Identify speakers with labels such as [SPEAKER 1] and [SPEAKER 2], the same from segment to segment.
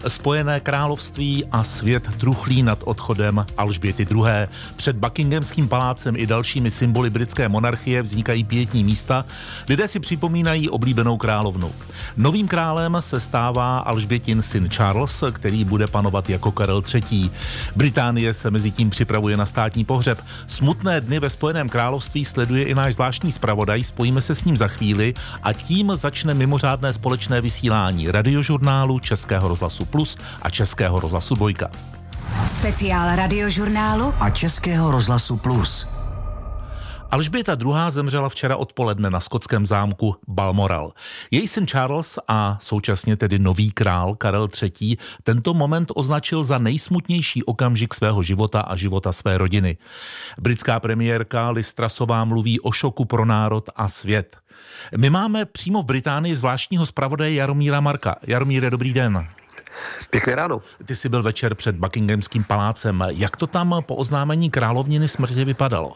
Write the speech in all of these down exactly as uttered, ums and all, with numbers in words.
[SPEAKER 1] Spojené království a svět truchlí nad odchodem Alžběty druhé. Před Buckinghamským palácem i dalšími symboly britské monarchie vznikají pietní místa. Lidé si připomínají oblíbenou královnu. Novým králem se stává Alžbětin syn Charles, který bude panovat jako Karel třetí. Británie se mezi tím připravuje na státní pohřeb. Smutné dny ve Spojeném království sleduje i náš zvláštní zpravodaj. Spojíme se s ním za chvíli a tím začne mimořádné společné vysílání radiožurnálu Českého rozhlasu Plus a Českého rozhlasu Dvojka.
[SPEAKER 2] Speciál radiožurnálu a Českého rozhlasu Plus.
[SPEAKER 1] Alžběta druhá. zemřela včera odpoledne na skotském zámku Balmoral. Její syn Charles a současně tedy nový král Karel třetí. tento moment označil za nejsmutnější okamžik svého života a života své rodiny. Britská premiérka Liz Trussová mluví o šoku pro národ a svět. My máme přímo v Británii zvláštního zpravodaje Jaromíra Marka. Jaromíre, dobrý den.
[SPEAKER 3] Pěkné ráno.
[SPEAKER 1] Ty jsi byl večer před Buckinghamským palácem. Jak to tam po oznámení královniny smrti vypadalo?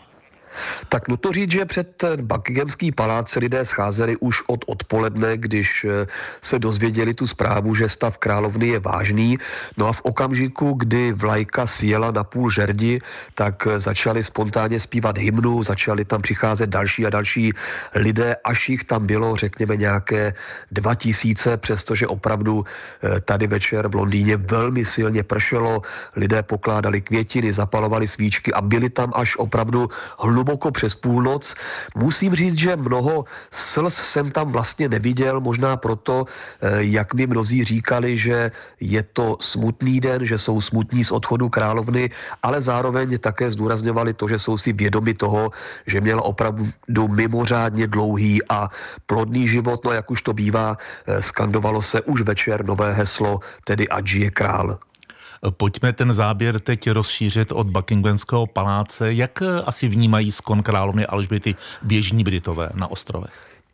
[SPEAKER 3] Tak nutno říct, že před Buckinghamský palác se lidé scházeli už od odpoledne, když se dozvěděli tu zprávu, že stav královny je vážný. No a v okamžiku, kdy vlajka sjela na půl žerdi, tak začali spontánně zpívat hymnu, začali tam přicházet další a další lidé, až jich tam bylo, řekněme, nějaké dva tisíce, přestože opravdu tady večer v Londýně velmi silně pršelo, lidé pokládali květiny, zapalovali svíčky a byli tam až opravdu hluboko přes půlnoc. Musím říct, že mnoho slz jsem tam vlastně neviděl, možná proto, jak mi mnozí říkali, že je to smutný den, že jsou smutní z odchodu královny, ale zároveň také zdůrazňovali to, že jsou si vědomi toho, že měla opravdu mimořádně dlouhý a plodný život. No jak už to bývá, skandovalo se už večer nové heslo, tedy ať žije král.
[SPEAKER 1] Pojďme ten záběr teď rozšířit od Buckinghamského paláce. Jak asi vnímají skon královny Alžběty běžní Britové na ostrovech?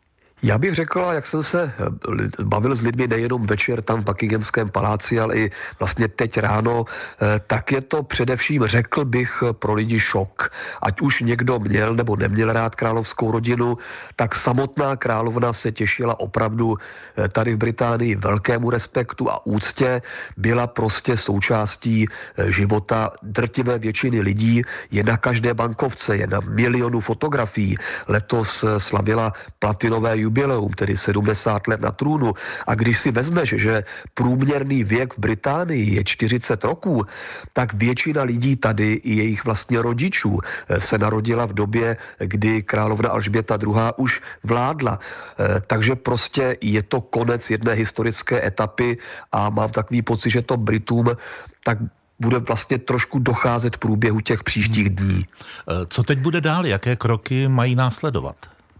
[SPEAKER 3] Já bych řekl, jak jsem se bavil s lidmi nejenom večer tam v Buckinghamském paláci, ale i vlastně teď ráno, tak je to především, řekl bych, pro lidi šok. Ať už někdo měl nebo neměl rád královskou rodinu, tak samotná královna se těšila opravdu tady v Británii velkému respektu a úctě. Byla prostě součástí života drtivé většiny lidí. Je na každé bankovce, je na milionu fotografií. Letos slavila platinové jubileum, tedy sedmdesát let na trůnu. A když si vezmeš, že průměrný věk v Británii je čtyřicet roků, tak většina lidí tady i jejich vlastně rodičů se narodila v době, kdy královna Alžběta druhá. už vládla. Takže prostě je to konec jedné historické etapy a mám takový pocit, že to Britům tak bude vlastně trošku docházet v průběhu těch příštích dní.
[SPEAKER 1] Co teď bude dál? Jaké kroky mají následovat?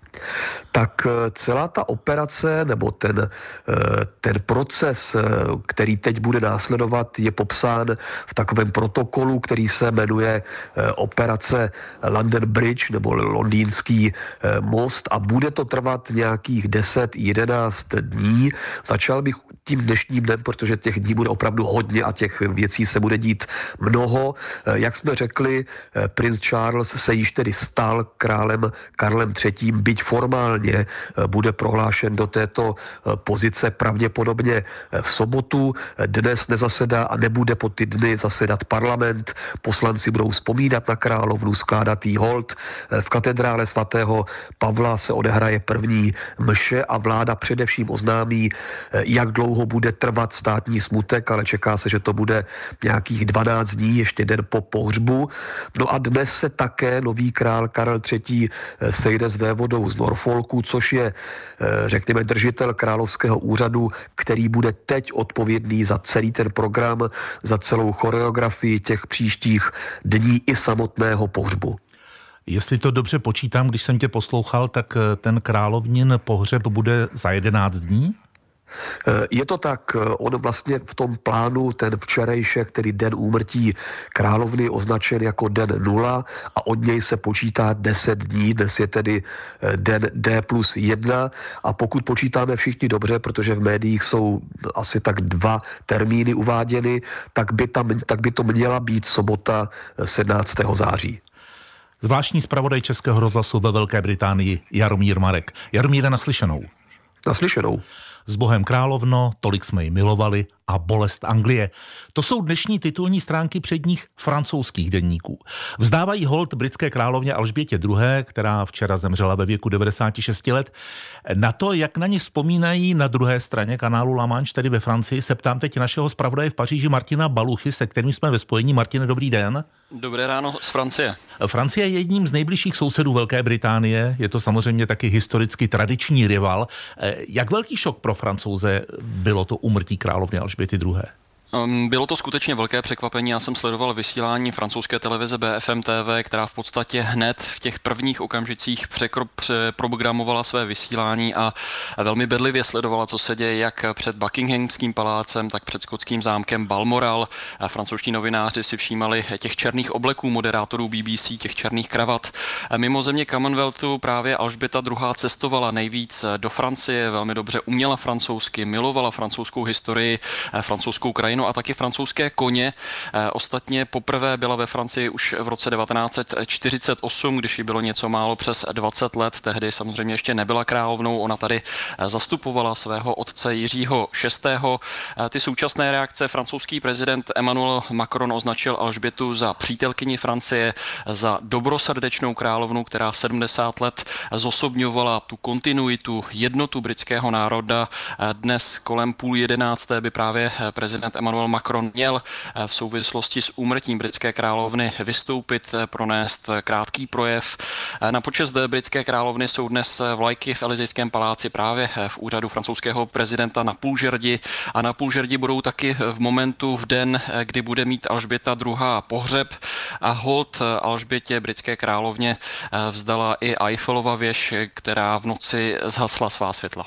[SPEAKER 3] Tak celá ta operace nebo ten, ten proces, který teď bude následovat, je popsán v takovém protokolu, který se jmenuje operace London Bridge nebo londýnský most a bude to trvat nějakých deset jedenáct dní. Začal bych tím dnešním dnem, protože těch dní bude opravdu hodně a těch věcí se bude dít mnoho. Jak jsme řekli, princ Charles se již tedy stal králem Karlem třetím, byť formálně bude prohlášen do této pozice pravděpodobně v sobotu. Dnes nezasedá a nebude po ty dny zasedat parlament. Poslanci budou vzpomínat na královnu, skládat jí hold. V katedrále svatého Pavla se odehraje první mše a vláda především oznámí, jak dlouho bude trvat státní smutek, ale čeká se, že to bude nějakých dvanáct dní, ještě den po pohřbu. No a dnes se také nový král Karel třetí. sejde s vévodou z Norfolku, což je, řekněme, držitel královského úřadu, který bude teď odpovědný za celý ten program, za celou choreografii těch příštích dní i samotného pohřbu.
[SPEAKER 1] Jestli to dobře počítám, když jsem tě poslouchal, tak ten královnin pohřeb bude za jedenáct dní?
[SPEAKER 3] Je to tak, on vlastně v tom plánu ten včerejšek, tedy den úmrtí královny, označen jako den nula a od něj se počítá deset dní, dnes je tedy den D plus jedna a pokud počítáme všichni dobře, protože v médiích jsou asi tak dva termíny uváděny, tak by, tam, tak by to měla být sobota sedmnáctého září.
[SPEAKER 1] Zvláštní zpravodaj Českého rozhlasu ve Velké Británii Jaromír Marek. Jaromíre, naslyšenou.
[SPEAKER 3] Naslyšenou.
[SPEAKER 1] S Bohem královno, tolik jsme ji milovali a Bolest Anglie. To jsou dnešní titulní stránky předních francouzských deníků. Vzdávají hold britské královně Alžbětě druhé., která včera zemřela ve věku devadesát šest let. Na to, jak na ní vzpomínají na druhé straně kanálu La Manche, tedy ve Francii, se ptám teď našeho zpravodaje v Paříži Martina Baluchy, se kterým jsme ve spojení. Martine, dobrý den.
[SPEAKER 4] Dobré ráno z Francie.
[SPEAKER 1] Francie je jedním z nejbližších sousedů Velké Británie, je to samozřejmě taky historicky tradiční rival. Jak velký šok pro Francouze bylo to úmrtí královny Alžběty druhé.?
[SPEAKER 4] Bylo to skutečně velké překvapení. Já jsem sledoval vysílání francouzské televize B F M T V, která v podstatě hned v těch prvních okamžicích přeprogramovala své vysílání a velmi bedlivě sledovala, co se děje jak před Buckinghamským palácem, tak před skotským zámkem Balmoral. Francouzští novináři si všímali těch černých obleků moderátorů B B C, těch černých kravat. Mimo země Commonwealthu právě Alžběta druhá. cestovala nejvíc do Francie, velmi dobře uměla francouzsky, milovala francouzskou historii, francouzskou krajinu a taky francouzské koně. Ostatně poprvé byla ve Francii už v roce devatenáct set čtyřicet osm, když jí bylo něco málo přes dvacet let. Tehdy samozřejmě ještě nebyla královnou, ona tady zastupovala svého otce Jiřího šestého. Ty současné reakce: francouzský prezident Emmanuel Macron označil Alžbětu za přítelkyni Francie, za dobrosrdečnou královnu, která sedmdesát let zosobňovala tu kontinuitu, jednotu britského národa. Dnes kolem půl jedenácté by právě prezident Emmanuel Macron měl v souvislosti s úmrtím britské královny vystoupit, pronést krátký projev. Na počest britské královny jsou dnes vlajky v Elysejském paláci právě v úřadu francouzského prezidenta na půlžerdi a na půlžerdi budou taky v momentu, v den, kdy bude mít Alžběta druhá. pohřeb a hold Alžbětě britské královně vzdala i Eiffelova věž, která v noci zhasla svá světla.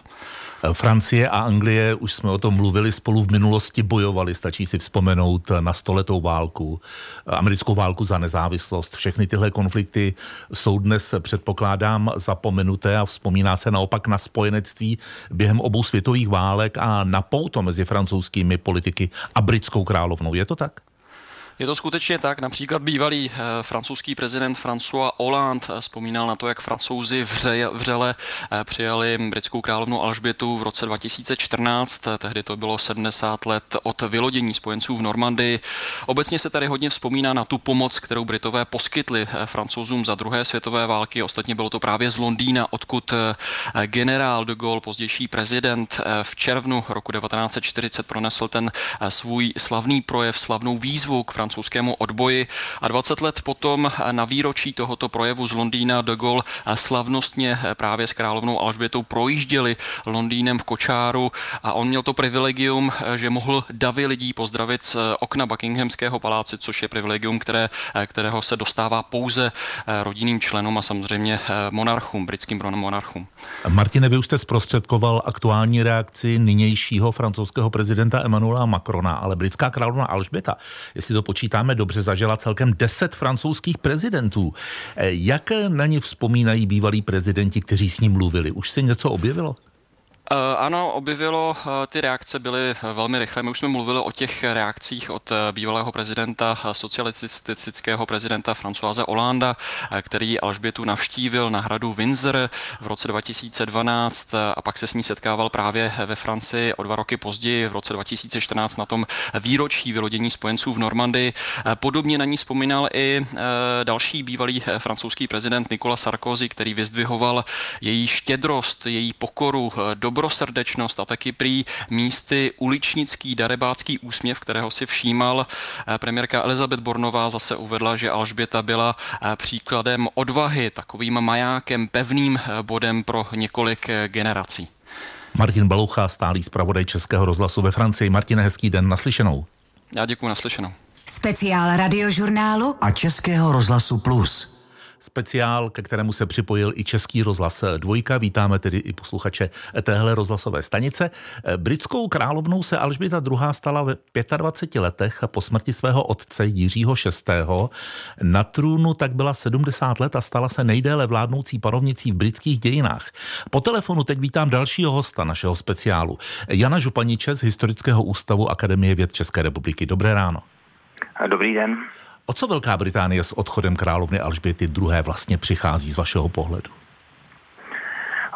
[SPEAKER 1] Francie a Anglie, už jsme o tom mluvili, spolu v minulosti bojovali, stačí si vzpomenout na stoletou válku, americkou válku za nezávislost. Všechny tyhle konflikty jsou dnes, předpokládám, zapomenuté a vzpomíná se naopak na spojenectví během obou světových válek a na pouto mezi francouzskými politiky a britskou královnou. Je to tak?
[SPEAKER 4] Je to skutečně tak. Například bývalý eh, francouzský prezident François Hollande eh, vzpomínal na to, jak Francouzi vře, vřele eh, přijali britskou královnu Alžbětu v roce dva tisíce čtrnáct. Eh, tehdy to bylo sedmdesát let od vylodění spojenců v Normandii. Obecně se tady hodně vzpomíná na tu pomoc, kterou Britové poskytli eh, Francouzům za druhé světové války. Ostatně bylo to právě z Londýna, odkud eh, generál de Gaulle, pozdější prezident, eh, v červnu roku devatenáct set čtyřicet pronesl ten eh, svůj slavný projev, slavnou výzvu k francouzskému odboji a dvacet let potom na výročí tohoto projevu z Londýna de Gaulle slavnostně právě s královnou Alžbětou projížděli Londýnem v kočáru a on měl to privilegium, že mohl davy lidí pozdravit z okna Buckinghamského paláce, což je privilegium, které, kterého se dostává pouze rodinným členům a samozřejmě monarchům, britským monarchům.
[SPEAKER 1] Martine, vy už jste zprostředkoval aktuální reakci nynějšího francouzského prezidenta Emmanuela Macrona, ale britská královna Alžběta, jestli to počítáme dobře, zažila celkem deset francouzských prezidentů. Jak na ně vzpomínají bývalí prezidenti, kteří s ním mluvili? Už se něco objevilo?
[SPEAKER 4] Uh, ano, objevilo, uh, ty reakce byly velmi rychlé. My už jsme mluvili o těch reakcích od uh, bývalého prezidenta, uh, socialistického prezidenta Françoise Hollanda, uh, který Alžbětu navštívil na hradu Windsor v roce dva tisíce dvanáct uh, a pak se s ní setkával právě ve Francii o dva roky později, v roce dva tisíce čtrnáct, na tom výročí vylodění spojenců v Normandii. Uh, podobně na ní vzpomínal i uh, další bývalý uh, francouzský prezident Nicolas Sarkozy, který vyzdvihoval její štědrost, její pokoru, uh, dobrosrdečnost a taky prý místy uličnický darebácký úsměv, kterého si všímal. Premiérka Elizabeth Bornová zase uvedla, že Alžběta byla příkladem odvahy, takovým majákem, pevným bodem pro několik generací.
[SPEAKER 1] Martin Balucha, stálý zpravodaj Českého rozhlasu ve Francii. Martine, hezký den, naslyšenou.
[SPEAKER 4] Já děkuji, naslyšenou.
[SPEAKER 2] Speciál Radiožurnálu a Českého rozhlasu Plus.
[SPEAKER 1] Speciál, ke kterému se připojil i Český rozhlas Dvojka. Vítáme tedy i posluchače téhle rozhlasové stanice. Britskou královnou se Alžběta druhá. stala ve dvaceti pěti letech po smrti svého otce Jiřího šestého. Na trůnu tak byla sedmdesát let a stala se nejdéle vládnoucí panovnicí v britských dějinách. Po telefonu teď vítám dalšího hosta našeho speciálu. Jana Županiče z Historického ústavu Akademie věd České republiky. Dobré ráno.
[SPEAKER 5] Dobrý den.
[SPEAKER 1] O co Velká Británie s odchodem královny Alžběty druhé. vlastně přichází z vašeho pohledu?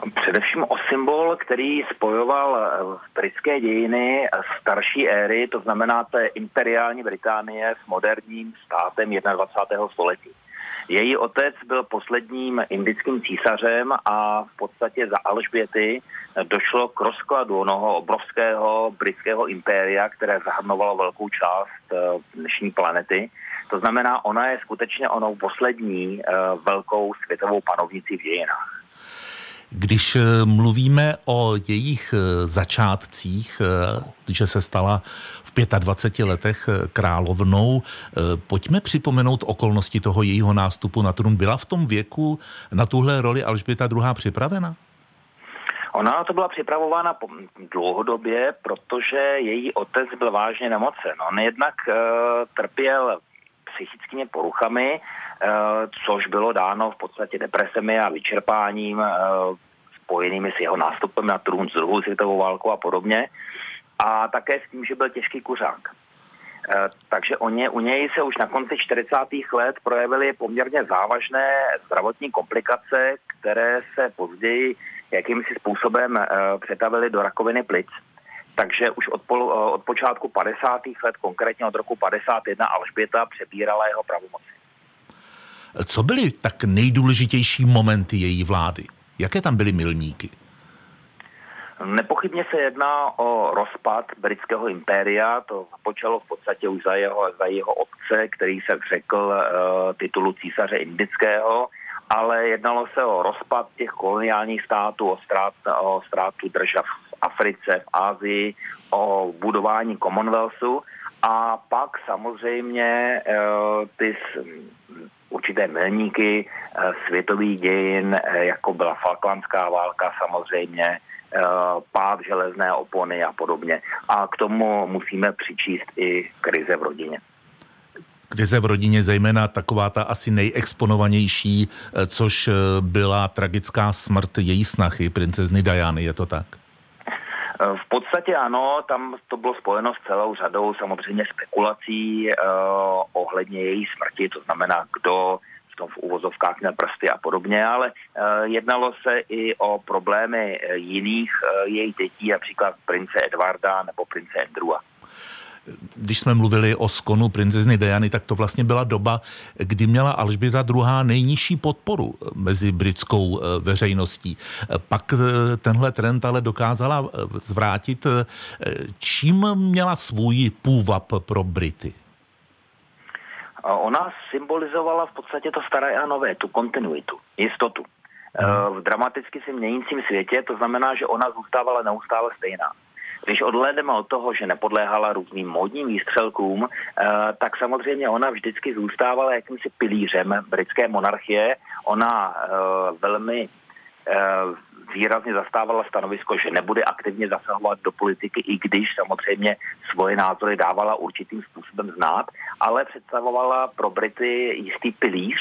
[SPEAKER 5] Především o symbol, který spojoval britské dějiny starší éry, to znamená té imperiální Británie s moderním státem dvacátého prvního století. Její otec byl posledním indickým císařem a v podstatě za Alžběty došlo k rozkladu onoho obrovského britského impéria, které zahrnovalo velkou část dnešní planety. To znamená, ona je skutečně onou poslední velkou světovou panovnicí v dějinách.
[SPEAKER 1] Když mluvíme o jejich začátcích, že se stala v dvaceti pěti letech královnou, pojďme připomenout okolnosti toho jejího nástupu na trůn. Byla v tom věku na tuhle roli Alžběta druhá. připravena?
[SPEAKER 5] Ona to byla připravována dlouhodobě, protože její otec byl vážně nemocen. On jednak uh, trpěl psychickými poruchami, což bylo dáno v podstatě depresemi a vyčerpáním spojenými s jeho nástupem na trůn z druhou světovou válkou a podobně. A také s tím, že byl těžký kuřák. Takže u, ně, u něj se už na konci čtyřicátých let projevily poměrně závažné zdravotní komplikace, které se později jakýmsi způsobem přetavily do rakoviny plic. Takže už od, pol, od počátku padesátých let, konkrétně od roku padesát jedna, Alžběta přebírala jeho pravomoci.
[SPEAKER 1] Co byly tak nejdůležitější momenty její vlády? Jaké tam byly milníky?
[SPEAKER 5] Nepochybně se jedná o rozpad britského impéria. To započalo v podstatě už za jeho, za jeho otce, který se zřekl uh, titulu císaře indického, ale jednalo se o rozpad těch koloniálních států, o, strát, o ztrátu držav v Africe, v Asii, o budování Commonwealthu a pak samozřejmě uh, ty určité milníky světových dějin, jako byla Falklandská válka samozřejmě, pád železné opony a podobně. A k tomu musíme přičíst i krize v rodině.
[SPEAKER 1] Krize v rodině, zejména taková ta asi nejexponovanější, což byla tragická smrt její snachy, princezny Diany, je to tak?
[SPEAKER 5] V podstatě ano, tam to bylo spojeno s celou řadou samozřejmě spekulací eh, ohledně její smrti, to znamená, kdo v tom v uvozovkách měl prsty a podobně, ale eh, jednalo se i o problémy jiných eh, jejich dětí, například prince Edvarda nebo prince Andrewa.
[SPEAKER 1] Když jsme mluvili o skonu princezny Diany, tak to vlastně byla doba, kdy měla Alžběta druhá. nejnižší podporu mezi britskou veřejností. Pak tenhle trend ale dokázala zvrátit. Čím měla svůj půvab pro Brity?
[SPEAKER 5] Ona symbolizovala v podstatě to staré a nové, tu kontinuitu, jistotu. V dramaticky se měnícím světě, to znamená, že ona zůstávala neustále stejná. Když odhlédneme od toho, že nepodléhala různým módním výstřelkům, tak samozřejmě ona vždycky zůstávala jakýmsi pilířem britské monarchie. Ona velmi výrazně zastávala stanovisko, že nebude aktivně zasahovat do politiky, i když samozřejmě svoje názory dávala určitým způsobem znát, ale představovala pro Brity jistý pilíř,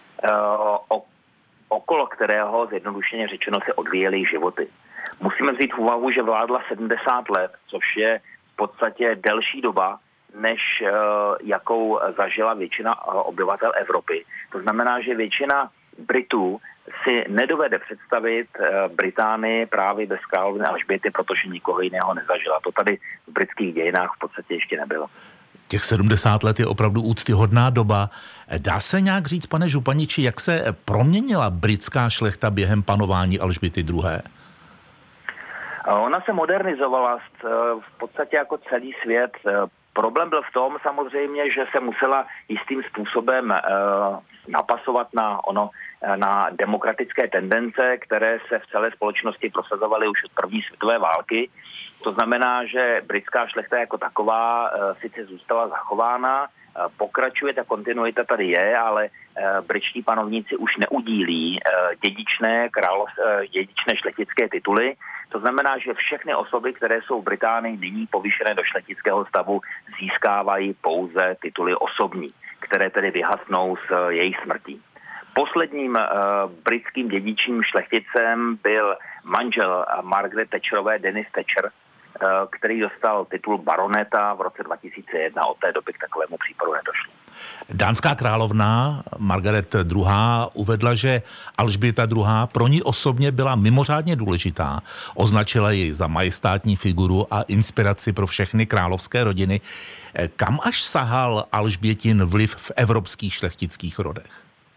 [SPEAKER 5] okolo kterého zjednodušeně řečeno se odvíjely životy. Musíme vzít v úvahu, že vládla sedmdesát let, což je v podstatě delší doba, než jakou zažila většina obyvatel Evropy. To znamená, že většina Britů si nedovede představit Británii právě bez královny Alžběty, protože nikoho jiného nezažila. To tady v britských dějinách v podstatě ještě nebylo.
[SPEAKER 1] Těch sedmdesát let je opravdu úctyhodná doba. Dá se nějak říct, pane županiči, jak se proměnila britská šlechta během panování Alžběty druhé?
[SPEAKER 5] Ona se modernizovala v podstatě jako celý svět. Problém byl v tom samozřejmě, že se musela jistým způsobem napasovat na, ono, na demokratické tendence, které se v celé společnosti prosazovaly už od první světové války. To znamená, že britská šlechta jako taková sice zůstala zachována, pokračuje, ta kontinuita tady je, ale britští panovníci už neudílí dědičné, králov, dědičné šlechtické tituly. To znamená, že všechny osoby, které jsou v Británii nyní povýšené do šlechtického stavu, získávají pouze tituly osobní, které tedy vyhasnou s jejich smrtí. Posledním uh, britským dědičím šlechticem byl manžel Margaret Thatcherové, Dennis Thatcher, který dostal titul baroneta v roce dva tisíce jedna. Od té doby k takovému případu nedošlo.
[SPEAKER 1] Dánská královna Margaret druhá. uvedla, že Alžběta druhá. pro ní osobně byla mimořádně důležitá. Označila ji za majestátní figuru a inspiraci pro všechny královské rodiny. Kam až sahal Alžbětin vliv v evropských šlechtických rodech?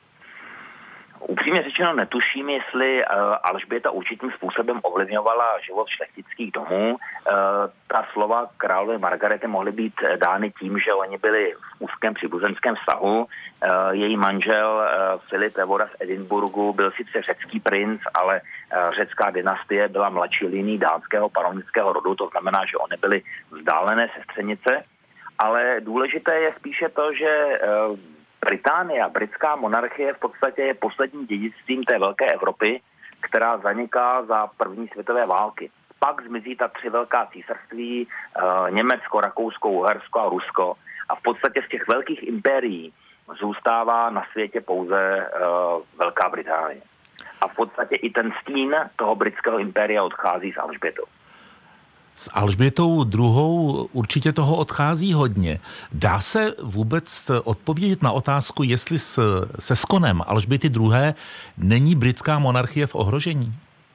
[SPEAKER 5] Upřímně řečeno netuším, jestli uh, Alžběta určitým způsobem ovlivňovala život šlechtických domů. Uh, ta slova královny Margarety mohly být dány tím, že oni byli v úzkém příbuzenském vztahu. Uh, její manžel uh, Filip Evoda z Edinburgu byl sice řecký princ, ale uh, řecká dynastie byla mladší linií dánského panovnického rodu, to znamená, že oni byli vzdálené sestřenice. Ale důležité je spíše to, že uh, Británie a britská monarchie v podstatě je posledním dědictvím té velké Evropy, která zaniká za první světové války. Pak zmizí ta tři velká císařství, e, Německo, Rakousko, Uhersko a Rusko. A v podstatě z těch velkých impérií zůstává na světě pouze e, Velká Británie. A v podstatě i ten stín toho britského impéria odchází s Alžbětou.
[SPEAKER 1] S Alžbětou druhou určitě toho odchází hodně. Dá se vůbec odpovědět na otázku, jestli s, se skonem Alžběty druhé. není britská monarchie v ohrožení?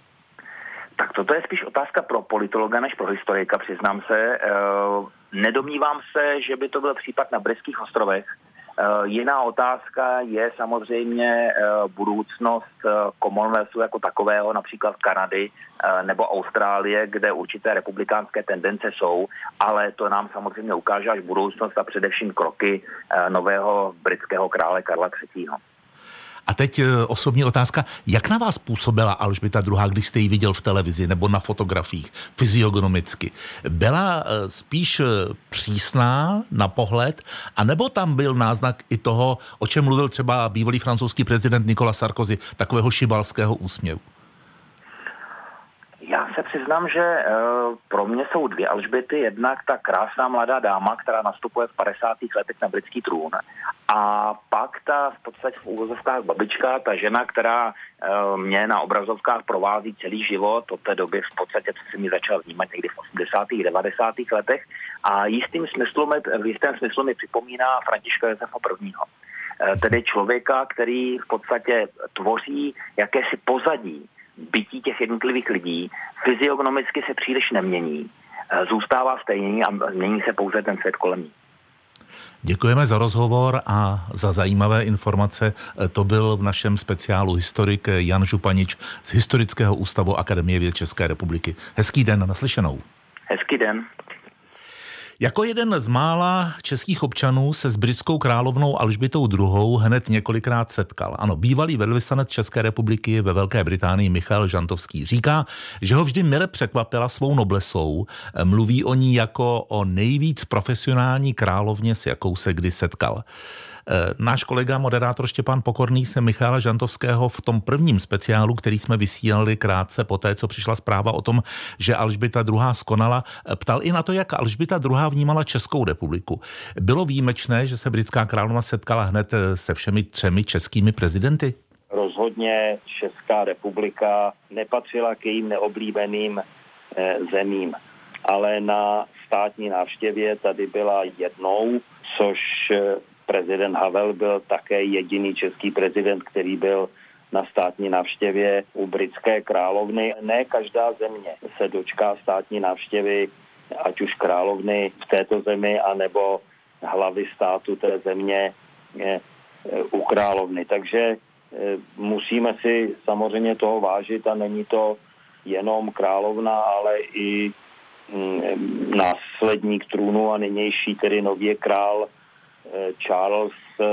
[SPEAKER 5] Tak toto je spíš otázka pro politologa než pro historika, přiznám se. E, nedomnívám se, že by to byl případ na Britských ostrovech. Uh, jiná otázka je samozřejmě uh, budoucnost uh, Commonwealthu jako takového, například Kanady uh, nebo Austrálie, kde určité republikánské tendence jsou, ale to nám samozřejmě ukáže až budoucnost a především kroky uh, nového britského krále Karla třetího.
[SPEAKER 1] A teď osobní otázka, jak na vás působila Alžběta druhá. když jste ji viděl v televizi nebo na fotografiích, fyziognomicky? Byla spíš přísná na pohled, anebo tam byl náznak i toho, o čem mluvil třeba bývalý francouzský prezident Nicolas Sarkozy, takového šibalského úsměvu?
[SPEAKER 5] Já se přiznám, že uh, pro mě jsou dvě Alžběty. Jednak ta krásná mladá dáma, která nastupuje v padesátých letech na britský trůn. A pak ta v podstatě v úvozovkách babička, ta žena, která uh, mě na obrazovkách provází celý život. Od té doby v podstatě, co jsem ji začal vnímat někdy v osmdesátých, devadesátých letech. A jistým smyslu, v jistém smyslu mi připomíná Františka Josefa prvního. Uh, tedy člověka, který v podstatě tvoří jakési pozadí bytí těch jednotlivých lidí, fyziognomicky se příliš nemění, zůstává stejný a mění se pouze ten svět kolem ní.
[SPEAKER 1] Děkujeme za rozhovor a za zajímavé informace. To byl v našem speciálu historik Jan Županič z Historického ústavu Akademie věd České republiky. Hezký den, naslyšenou.
[SPEAKER 5] Hezký den.
[SPEAKER 1] Jako jeden z mála českých občanů se s britskou královnou Alžbětou druhou. hned několikrát setkal. Ano, bývalý velvyslanec České republiky ve Velké Británii Michal Žantovský říká, že ho vždy mile překvapila svou noblesou. Mluví o ní jako o nejvíc profesionální královně, s jakou se kdy setkal. Náš kolega, moderátor Štěpán Pokorný se Michala Žantovského v tom prvním speciálu, který jsme vysílali krátce poté, co přišla zpráva o tom, že Alžběta druhá. skonala, ptal i na to, jak Alžběta druhá. vnímala Českou republiku. Bylo výjimečné, že se britská královna setkala hned se všemi třemi českými prezidenty?
[SPEAKER 6] Rozhodně Česká republika nepatřila k jejím neoblíbeným eh, zemím, ale na státní návštěvě tady byla jednou, což eh, prezident Havel byl také jediný český prezident, který byl na státní návštěvě u britské královny. Ne každá země se dočká státní návštěvy, ať už královny v této zemi, anebo hlavy státu té země je, u královny. Takže e, musíme si samozřejmě toho vážit a není to jenom královna, ale i m, následník trůnu a nynější, tedy nově král Charles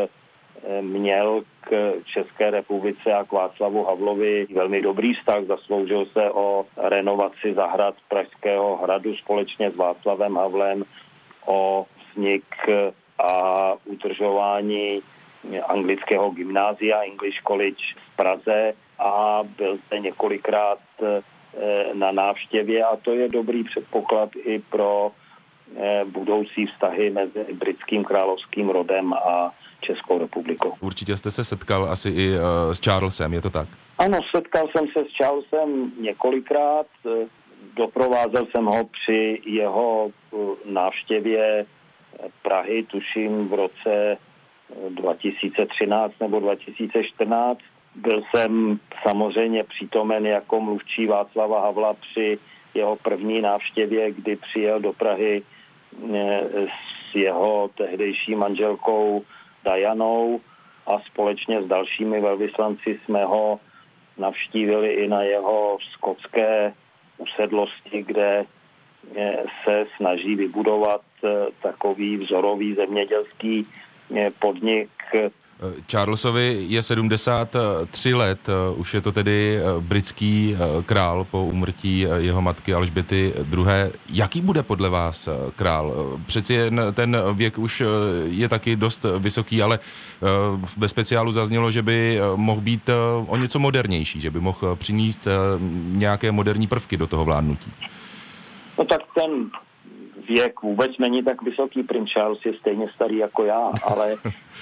[SPEAKER 6] měl k České republice a k Václavu Havlovi velmi dobrý vztah. Zasloužil se o renovaci zahrad Pražského hradu společně s Václavem Havlem, o vznik a udržování anglického gymnázia English College v Praze a byl zde několikrát na návštěvě a to je dobrý předpoklad i pro budoucí vztahy mezi britským královským rodem a Českou republikou.
[SPEAKER 7] Určitě jste se setkal asi i uh, s Charlesem, je to tak?
[SPEAKER 6] Ano, setkal jsem se s Charlesem několikrát. doprovázel jsem ho při jeho návštěvě Prahy, tuším v roce dva tisíce třináct nebo dva tisíce čtrnáct. Byl jsem samozřejmě přítomen jako mluvčí Václava Havla při jeho první návštěvě, kdy přijel do Prahy s jeho tehdejší manželkou Dianou a společně s dalšími velvyslanci jsme ho navštívili i na jeho skotské usedlosti, kde se snaží vybudovat takový vzorový zemědělský podnik.
[SPEAKER 7] Charlesovi je sedmdesát tři let, už je to tedy britský král po úmrtí jeho matky Alžběty druhé. Jaký bude podle vás král? Přeci jen ten věk už je taky dost vysoký, ale ve speciálu zaznělo, že by mohl být o něco modernější, že by mohl přinést nějaké moderní prvky do toho vládnutí.
[SPEAKER 6] No tak ten věk vůbec není tak vysoký. Princ Charles je stejně starý jako já, ale,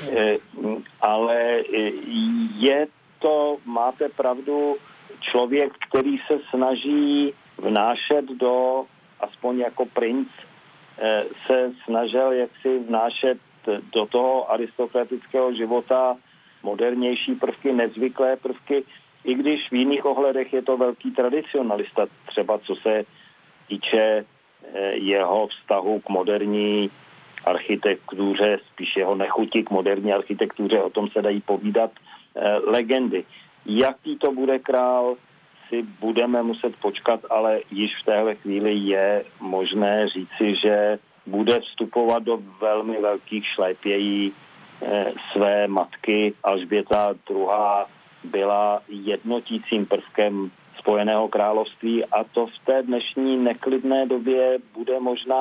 [SPEAKER 6] ale je to, máte pravdu, člověk, který se snaží vnášet do, aspoň jako princ, se snažil jaksi vnášet do toho aristokratického života modernější prvky, nezvyklé prvky, i když v jiných ohledech je to velký tradicionalista, třeba co se týče jeho vztahu k moderní architektuře, spíš jeho nechuti k moderní architektuře, o tom se dají povídat eh, legendy. Jaký to bude král, si budeme muset počkat, ale již v téhle chvíli je možné říci, že bude vstupovat do velmi velkých šlépějí eh, své matky. Alžběta druhá. byla jednotícím prvkem Spojeného království a to v té dnešní neklidné době bude možná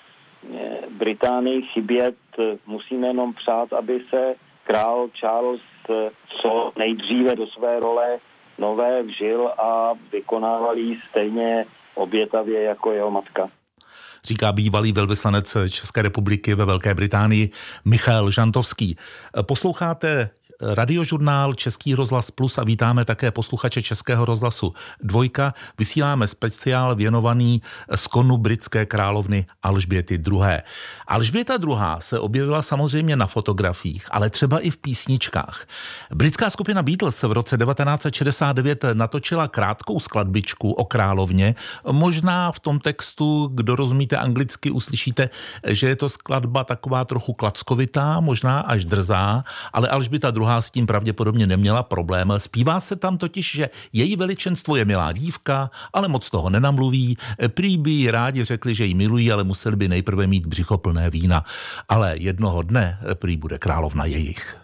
[SPEAKER 6] Británii chybět. Musíme jenom přát, aby se král Charles co nejdříve do své role nové vžil a vykonával ji stejně obětavě jako jeho matka.
[SPEAKER 1] Říká bývalý velvyslanec České republiky ve Velké Británii Michal Žantovský. Posloucháte Radiožurnál Český rozhlas Plus a vítáme také posluchače Českého rozhlasu Dvojka. Vysíláme speciál věnovaný skonu britské královny Alžběty druhé. Alžběta druhá. se objevila samozřejmě na fotografiích, ale třeba i v písničkách. Britská skupina Beatles v roce devatenáct set šedesát devět natočila krátkou skladbičku o královně. Možná v tom textu, kdo rozumíte anglicky, uslyšíte, že je to skladba taková trochu klackovitá, možná až drzá, ale Alžběta druhá. s tím pravděpodobně neměla problém. Zpívá se tam totiž, že její veličenstvo je milá dívka, ale moc toho nenamluví. Prý by jí rádi řekli, že ji milují, ale museli by nejprve mít břicho plné vína. Ale jednoho dne prý bude královna jejich.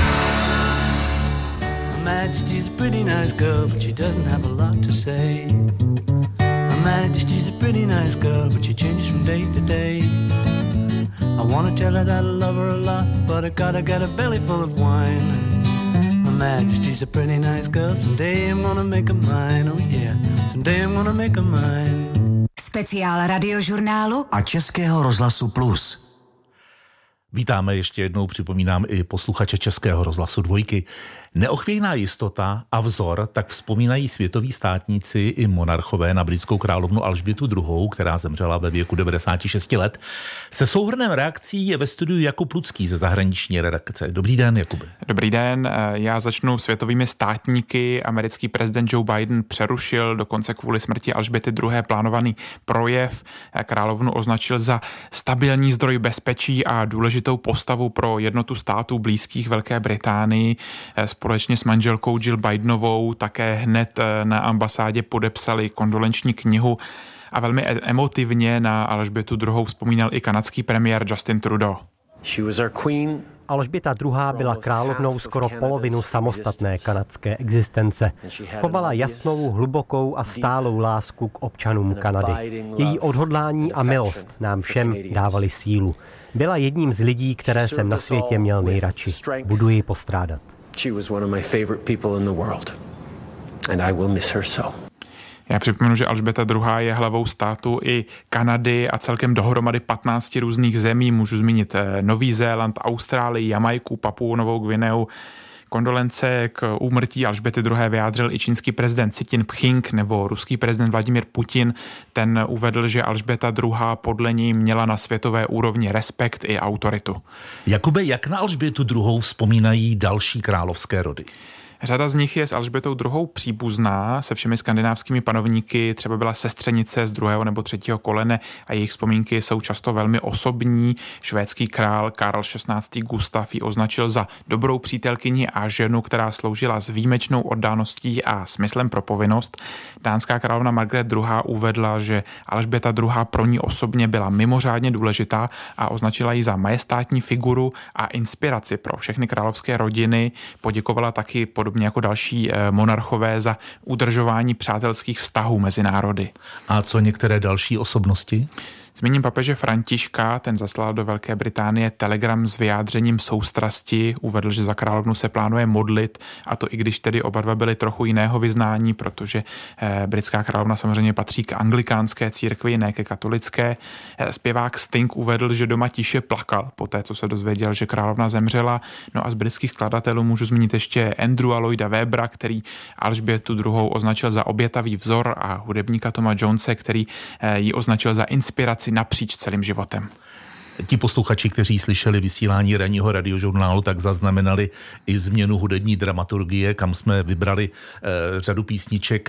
[SPEAKER 1] Majesty's a pretty nice girl, but she doesn't have a lot to say. Majesty's a pretty nice girl, but she changes from day to day. I wanna tell her that I love her a lot, but I gotta get a belly full of wine. My Majesty's a pretty nice girl, someday I'm gonna make her mine, oh yeah, someday I'm gonna make her mine. Speciál Radiožurnálu a Českého rozhlasu Plus. Vítáme ještě jednou, připomínám i posluchače Českého rozhlasu Dvojky. Neochvějná jistota a vzor, tak vzpomínají světoví státníci i monarchové na britskou královnu Alžbětu druhou., která zemřela ve věku devadesát šest let. Se souhrnem reakcí je ve studiu Jakub Lucký ze zahraniční redakce. Dobrý den, Jakube.
[SPEAKER 8] Dobrý den, já začnu světovými státníky. Americký prezident Joe Biden přerušil dokonce kvůli smrti Alžběty druhé. plánovaný projev. Královnu označil za stabilní zdroj bezpečí a důležitou postavu pro jednotu států blízkých Velké Británii. Společně s manželkou Jill Bidenovou také hned na ambasádě podepsali kondolenční knihu a velmi emotivně na Alžbětu druhou. vzpomínal i kanadský premiér Justin Trudeau.
[SPEAKER 9] Alžběta druhá. byla královnou skoro polovinu samostatné kanadské existence. Chovala jasnou, hlubokou a stálou lásku k občanům Kanady. Její odhodlání a milost nám všem dávali sílu. Byla jedním z lidí, které jsem na světě měl nejradši. Budu ji postrádat. She was one of my favorite people in the world. And I will miss her so.
[SPEAKER 8] Já připomenu, že Alžběta druhá. je hlavou státu i Kanady a celkem dohromady patnácti různých zemí. Můžu zmínit Nový Zéland, Austrálii, Jamajku, Papuu Novou Gvineu, Kondolence k úmrtí Alžběty druhé. vyjádřil i čínský prezident Xi Jinping nebo ruský prezident Vladimír Putin. Ten uvedl, že Alžběta druhá. podle něj měla na světové úrovni respekt i autoritu.
[SPEAKER 1] Jakube, jak na Alžbětu druhou. vzpomínají další královské rody?
[SPEAKER 8] Řada z nich je s Alžbětou druhou. příbuzná, se všemi skandinávskými panovníky, třeba byla sestřenice z druhého nebo třetího kolene a jejich vzpomínky jsou často velmi osobní. Švédský král Karl šestnáctý. Gustav ji označil za dobrou přítelkyni a ženu, která sloužila s výjimečnou oddáností a smyslem pro povinnost. Dánská královna Margaret druhá. uvedla, že Alžběta druhá. pro ní osobně byla mimořádně důležitá a označila ji za majestátní figuru a inspiraci pro všechny královské rodiny. Poděkovala taky podobně jako další monarchové za udržování přátelských vztahů mezi národy.
[SPEAKER 1] A co některé další osobnosti?
[SPEAKER 8] Zmíním papeže Františka, ten zaslal do Velké Británie telegram s vyjádřením soustrasti, uvedl, že za královnu se plánuje modlit, a to i když tedy oba dva byli trochu jiného vyznání, protože eh, britská královna samozřejmě patří k anglikánské církvi, ne ke katolické. Eh, zpěvák Sting uvedl, že doma tiše plakal poté, co se dozvěděl, že královna zemřela. No a z britských skladatelů můžu zmínit ještě Andrewa Lloyda Webbera, který Alžbětu druhou. označil za obětavý vzor, a hudebníka Toma Jonese, který eh, ji označil za inspiraci napříč celým životem.
[SPEAKER 1] Ti posluchači, kteří slyšeli vysílání ranního radiožurnálu, tak zaznamenali i změnu hudební dramaturgie, kam jsme vybrali eh, řadu písniček,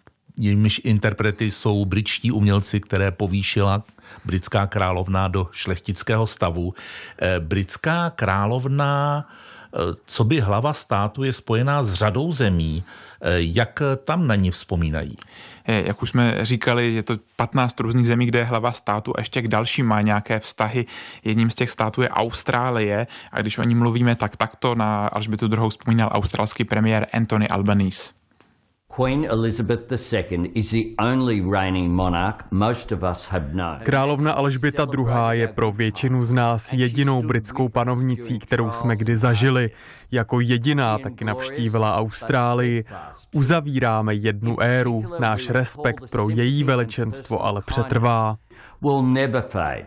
[SPEAKER 1] jimiž interprety jsou britští umělci, které povýšila britská královna do šlechtického stavu. Eh, britská královna, eh, co by hlava státu, je spojená s řadou zemí. Eh, jak tam na ní vzpomínají?
[SPEAKER 8] Jak už jsme říkali, je to patnáct různých zemí, kde je hlava státu a ještě k dalším má nějaké vztahy. Jedním z těch států je Austrálie a když o ní mluvíme, tak takto na Alžbětu druhou. vzpomínal australský premiér Anthony Albanese.
[SPEAKER 10] Queen Elizabeth the second is the only reigning monarch most of us have known.
[SPEAKER 11] Královna Alžběta druhá. je pro většinu z nás jedinou britskou panovnicí, kterou jsme kdy zažili. Jako jediná taky navštívila Austrálii. Uzavíráme jednu éru. Náš respekt pro její veličenstvo ale přetrvá.
[SPEAKER 10] Will never fade.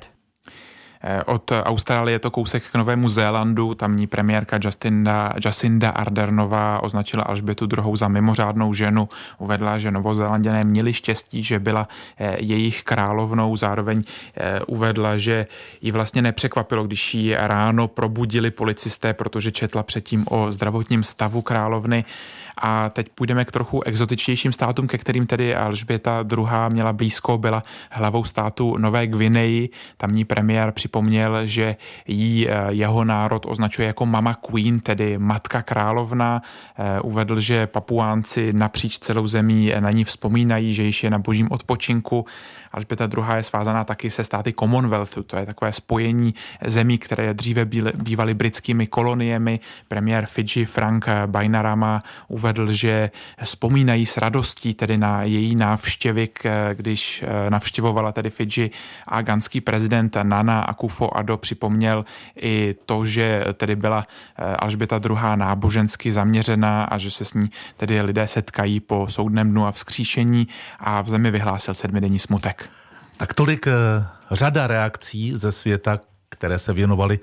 [SPEAKER 8] Od Austrálie je to kousek k Novému Zélandu. Tamní premiérka Jacinda, Jacinda Ardernová označila Alžbětu druhou. za mimořádnou ženu. Uvedla, že Novozélanďané měli štěstí, že byla jejich královnou. Zároveň uvedla, že ji vlastně nepřekvapilo, když ji ráno probudili policisté, protože četla předtím o zdravotním stavu královny. A teď půjdeme k trochu exotičtějším státům, ke kterým tedy Alžběta druhá. měla blízko, byla hlavou státu Nové Gvineji. Tamní premiér připomněl, že jí jeho národ označuje jako Mama Queen, tedy matka královna. Uvedl, že Papuánci napříč celou zemí na ní vzpomínají, že již je na božím odpočinku. Alžběta druhá. je svázaná taky se státy Commonwealthu, to je takové spojení zemí, které dříve bývaly britskými koloniemi. Premiér Fidži Frank Bainimarama uvedl, že vzpomínají s radostí tedy na její návštěvy, když navštěvovala tedy Fidži, a ghanský prezident Nana Akufo-Addo připomněl i to, že tedy byla Alžběta druhá. nábožensky zaměřená a že se s ní tedy lidé setkají po soudném dnu a vzkříšení, a v zemi vyhlásil sedmidenní smutek.
[SPEAKER 1] Tak tolik řada reakcí ze světa, které se věnovaly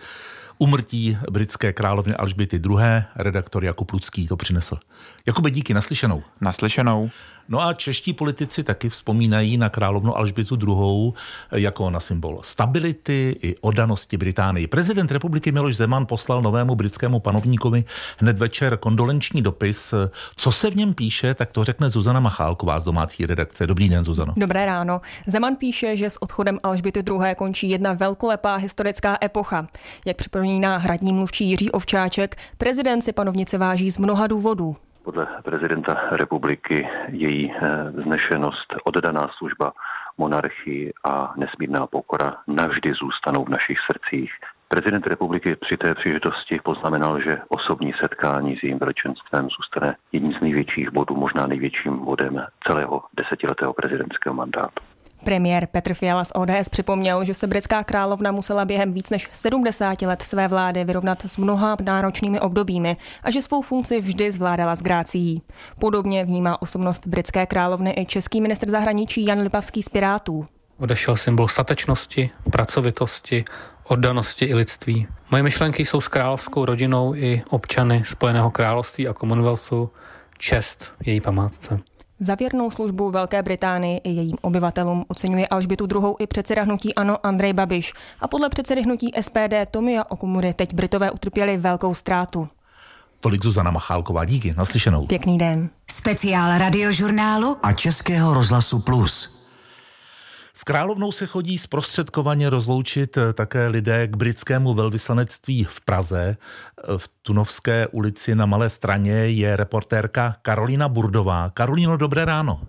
[SPEAKER 1] úmrtí britské královny Alžběty druhé. Redaktor Jakub Lucký to přinesl. Jakube, díky, naslyšenou.
[SPEAKER 8] Naslyšenou.
[SPEAKER 1] No a čeští politici taky vzpomínají na královnu Alžbětu druhou. jako na symbol stability i oddanosti Británii. Prezident republiky Miloš Zeman poslal novému britskému panovníkovi hned večer kondolenční dopis. Co se v něm píše, tak to řekne Zuzana Machálková z domácí redakce. Dobrý den, Zuzano.
[SPEAKER 12] Dobré ráno. Zeman píše, že s odchodem Alžběty druhé. končí jedna velkolepá historická epocha. Jak připomíná hradní mluvčí Jiří Ovčáček, prezident si panovnice váží z mnoha důvodů.
[SPEAKER 13] Podle prezidenta republiky její vznešenost, oddaná služba monarchii a nesmírná pokora navždy zůstanou v našich srdcích. Prezident republiky při té příležitosti poznamenal, že osobní setkání s jejím veličenstvem zůstane jedním z největších bodů, možná největším bodem celého desetiletého prezidentského mandátu.
[SPEAKER 12] Premiér Petr Fiala z O D S připomněl, že se britská královna musela během víc než sedmdesáti let své vlády vyrovnat s mnoha náročnými obdobími a že svou funkci vždy zvládala s grácií. Podobně vnímá osobnost britské královny i český ministr zahraničí Jan Lipavský z Pirátů.
[SPEAKER 14] Odešel symbol statečnosti, pracovitosti, oddanosti i lidství. Moje myšlenky jsou s královskou rodinou i občany Spojeného království a Commonwealthu. Čest její památce.
[SPEAKER 12] Za věrnou službu Velké Británii i jejím obyvatelům oceňuje Alžbětu druhou. i předseda hnutí ANO Andrej Babiš. A podle předsedy hnutí S P D Tomia Okamury teď Britové utrpěli velkou ztrátu.
[SPEAKER 1] Tolik Zuzana Machálková, díky, naslyšenou.
[SPEAKER 12] Pěkný den.
[SPEAKER 2] Speciál Radiožurnálu a Českého rozhlasu Plus.
[SPEAKER 1] S královnou se chodí zprostředkovaně rozloučit také lidé k britskému velvyslanectví v Praze. V Tunovské ulici na Malé Straně je reportérka Karolína Burdová. Karolíno, dobré ráno.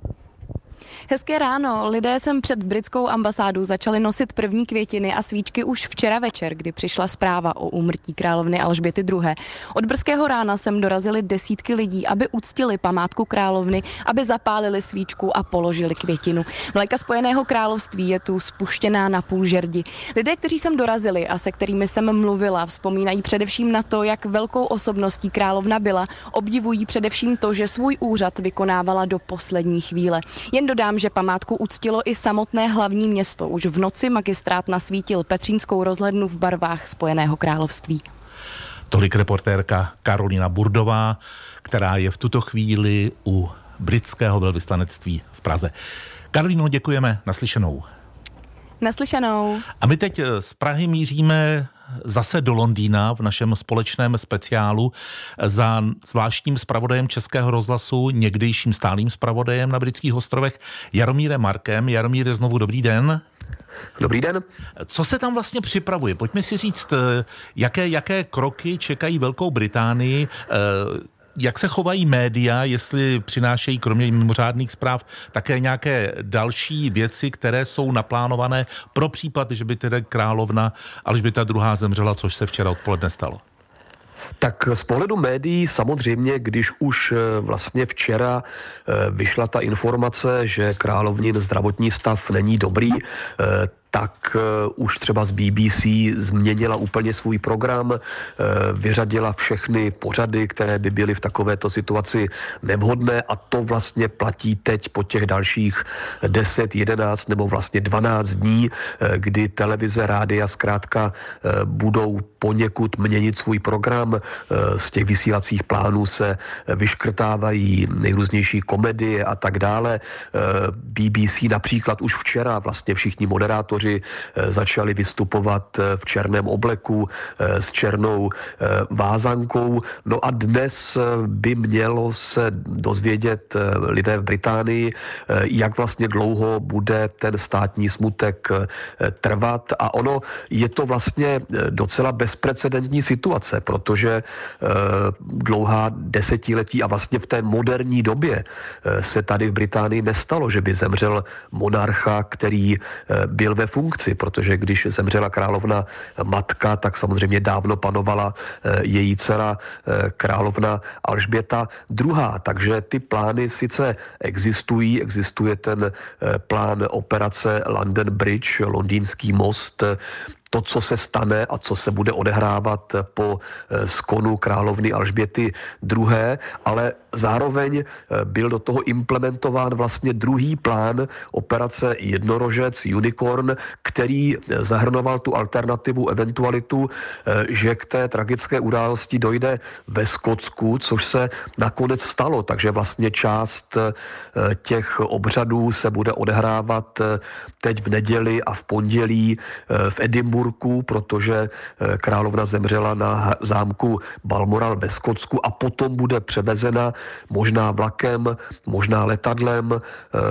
[SPEAKER 15] Hezké ráno. Lidé sem před britskou ambasádu začali nosit první květiny a svíčky už včera večer, kdy přišla zpráva o úmrtí královny Alžběty druhé. Od brzkého rána sem dorazili desítky lidí, aby uctili památku královny, aby zapálili svíčku a položili květinu. Vlajka Spojeného království je tu spuštěná na půl žerdi. Lidé, kteří sem dorazili a se kterými jsem mluvila, vzpomínají především na to, jak velkou osobností královna byla. Obdivují především to, že svůj úřad vykonávala do poslední chvíle. Jen dodám, že památku uctilo i samotné hlavní město. Už v noci magistrát nasvítil Petřínskou rozhlednu v barvách Spojeného království.
[SPEAKER 1] Tolik reportérka Karolína Burdová, která je v tuto chvíli u britského velvyslanectví v Praze. Karolíno, děkujeme, naslyšenou.
[SPEAKER 15] Naslyšenou.
[SPEAKER 1] A my teď z Prahy míříme zase do Londýna v našem společném speciálu za zvláštním zpravodajem Českého rozhlasu, někdejším stálým zpravodajem na Britských ostrovech Jaromírem Markem. Jaromíre, znovu dobrý den.
[SPEAKER 3] Dobrý den.
[SPEAKER 1] Co se tam vlastně připravuje? Pojďme si říct, jaké, jaké kroky čekají Velkou Británii, jak se chovají média, jestli přinášejí kromě mimořádných zpráv také nějaké další věci, které jsou naplánované pro případ, že by tedy královna Alžběta druhá. zemřela, což se včera odpoledne stalo.
[SPEAKER 3] Tak z pohledu médií samozřejmě, když už vlastně včera vyšla ta informace, že královnin zdravotní stav není dobrý, tak už třeba z B B C změnila úplně svůj program, vyřadila všechny pořady, které by byly v takovéto situaci nevhodné, a to vlastně platí teď po těch dalších deset, jedenáct nebo vlastně dvanáct dní, kdy televize, rádia zkrátka budou poněkud měnit svůj program. Z těch vysílacích plánů se vyškrtávají nejrůznější komedie a tak dále. B B C například už včera vlastně všichni moderátoři začali vystupovat v černém obleku s černou vázankou. No a dnes by mělo se dozvědět lidé v Británii, jak vlastně dlouho bude ten státní smutek trvat. A ono je to vlastně docela bezprecedentní situace, protože dlouhá desetiletí a vlastně v té moderní době se tady v Británii nestalo, že by zemřel monarcha, který byl ve funkci, protože když zemřela královna matka, tak samozřejmě dávno panovala její dcera královna Alžběta druhá. Takže ty plány sice existují, existuje ten plán operace London Bridge, londýnský most, to, co se stane a co se bude odehrávat po skonu královny Alžběty druhé. Ale zároveň byl do toho implementován vlastně druhý plán operace Jednorožec, Unicorn, který zahrnoval tu alternativu, eventualitu, že k té tragické události dojde ve Skotsku, což se nakonec stalo. Takže vlastně část těch obřadů se bude odehrávat teď v neděli a v pondělí v Edinburghu, protože královna zemřela na zámku Balmoral ve Skotsku a potom bude převezena možná vlakem, možná letadlem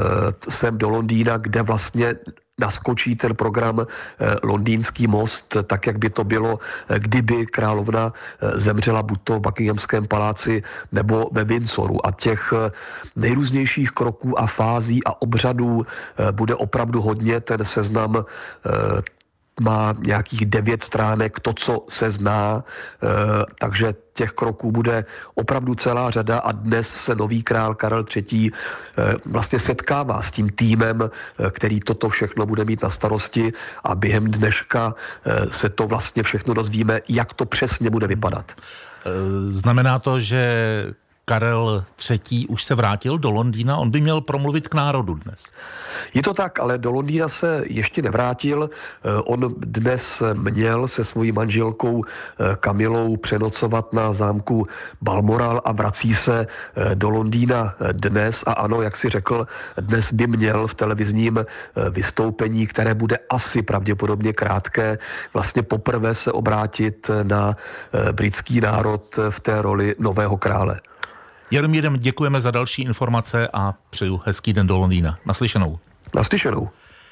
[SPEAKER 3] sem do Londýna, kde vlastně naskočí ten program Londýnský most, tak jak by to bylo, kdyby královna zemřela buď to v Buckinghamském paláci nebo ve Windsoru. A těch nejrůznějších kroků a fází a obřadů bude opravdu hodně. Ten seznam má nějakých devět stránek, to, co se zná, takže těch kroků bude opravdu celá řada a dnes se nový král Karel třetí. vlastně setkává s tím týmem, který toto všechno bude mít na starosti, a během dneška se to vlastně všechno dozvíme, jak to přesně bude vypadat.
[SPEAKER 1] Znamená to, že Karel třetí. už se vrátil do Londýna, on by měl promluvit k národu dnes.
[SPEAKER 3] Je to tak, ale do Londýna se ještě nevrátil. On dnes měl se svojí manželkou Kamilou přenocovat na zámku Balmoral a vrací se do Londýna dnes. A ano, jak si řekl, dnes by měl v televizním vystoupení, které bude asi pravděpodobně krátké, vlastně poprvé se obrátit na britský národ v té roli nového krále.
[SPEAKER 1] Jaromírem, děkujeme za další informace a přeju hezký den do Londýna. Naslyšenou.
[SPEAKER 3] Naslyšenou.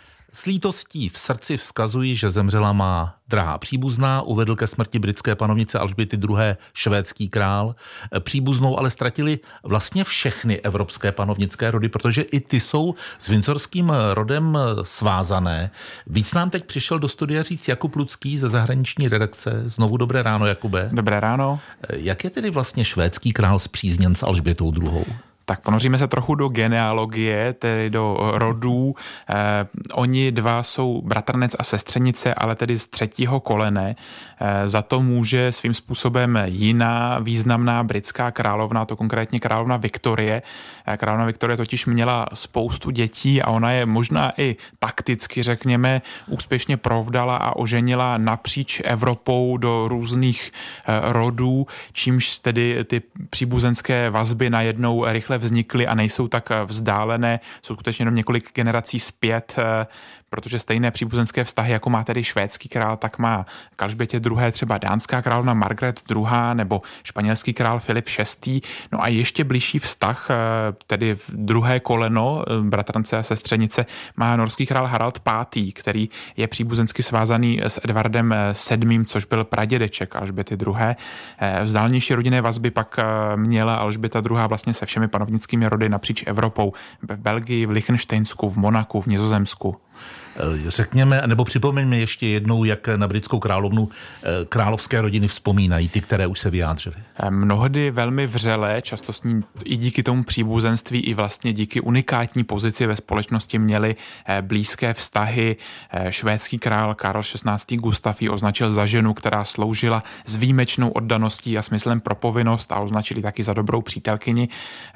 [SPEAKER 1] S lítostí v srdci vzkazuji, že zemřela má drahá příbuzná, uvedl ke smrti britské panovnice Alžběty druhé. švédský král. Příbuznou ale ztratili vlastně všechny evropské panovnické rody, protože i ty jsou s windsorským rodem svázané. Víc nám teď přišel do studia říct Jakub Lucký ze zahraniční redakce. Znovu dobré ráno, Jakube.
[SPEAKER 8] Dobré ráno.
[SPEAKER 1] Jak je tedy vlastně švédský král spřízněn s Alžbětou druhou?
[SPEAKER 8] Tak ponoříme se trochu do genealogie, tedy do rodů. Eh, oni dva jsou bratranec a sestřenice, ale tedy z třetího kolene. Eh, za to může svým způsobem jiná významná britská královna, to konkrétně královna Viktorie. Eh, královna Viktorie totiž měla spoustu dětí a ona je možná i takticky, řekněme, úspěšně provdala a oženila napříč Evropou do různých eh, rodů, čímž tedy ty příbuzenské vazby najednou rychle vznikly a nejsou tak vzdálené, jsou skutečně jenom několik generací zpět, protože stejné příbuzenské vztahy, jako má tedy švédský král, tak má k Alžbětě druhé. třeba dánská královna Margaret druhá. nebo španělský král Filip šestý. No a ještě blížší vztah, tedy v druhé koleno bratrance a sestřenice, má norský král Harald pátý., který je příbuzensky svázaný s Edvardem sedmým., což byl pradědeček Alžběty druhé. Vzdálenější rodinné vazby pak měla Alžběta druhá. vlastně se všemi panovnickými rody napříč Evropou. V Belgii, v Lichtenštejnsku, v Monaku, v Nizozemsku.
[SPEAKER 1] Řekněme, nebo připomeňme ještě jednou, jak na britskou královnu královské rodiny vzpomínají, ty, které už se vyjádřily.
[SPEAKER 8] Mnohdy velmi vřele, často s ní i díky tomu příbuzenství, i vlastně díky unikátní pozici ve společnosti měli blízké vztahy. Švédský král Karl šestnáctý. Gustav ji označil za ženu, která sloužila s výjimečnou oddaností a smyslem pro povinnost, a označili taky za dobrou přítelkyni.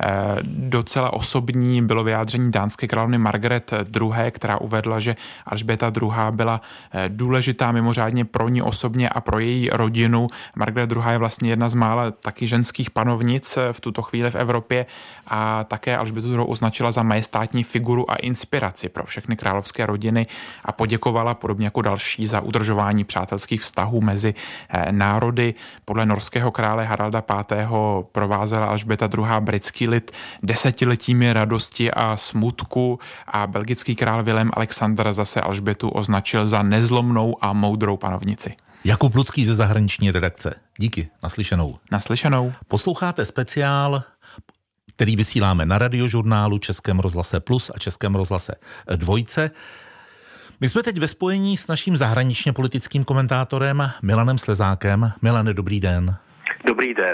[SPEAKER 8] Docela osobní bylo vyjádření dánské královny Margaret druhé., která uvedla, že Alžběta druhá. byla důležitá mimořádně pro ní osobně a pro její rodinu. Margaret druhá. je vlastně jedna z mála taky ženských panovnic v tuto chvíli v Evropě a také Alžbětu druhou. označila za majestátní figuru a inspiraci pro všechny královské rodiny a poděkovala podobně jako další za udržování přátelských vztahů mezi národy. Podle norského krále Haralda pátého. provázela Alžběta druhá. britský lid desetiletími radosti a smutku a belgický král Vilém Alexandr zase Alžbětu označil za nezlomnou a moudrou panovnici.
[SPEAKER 1] Jakub Lucký ze zahraniční redakce. Díky, naslyšenou.
[SPEAKER 8] Naslyšenou.
[SPEAKER 1] Posloucháte speciál, který vysíláme na Radiožurnálu, Českém rozhlase Plus a Českém rozhlase Dvojce. My jsme teď ve spojení s naším zahraničně politickým komentátorem Milanem Slezákem. Milane, dobrý den.
[SPEAKER 16] Dobrý den.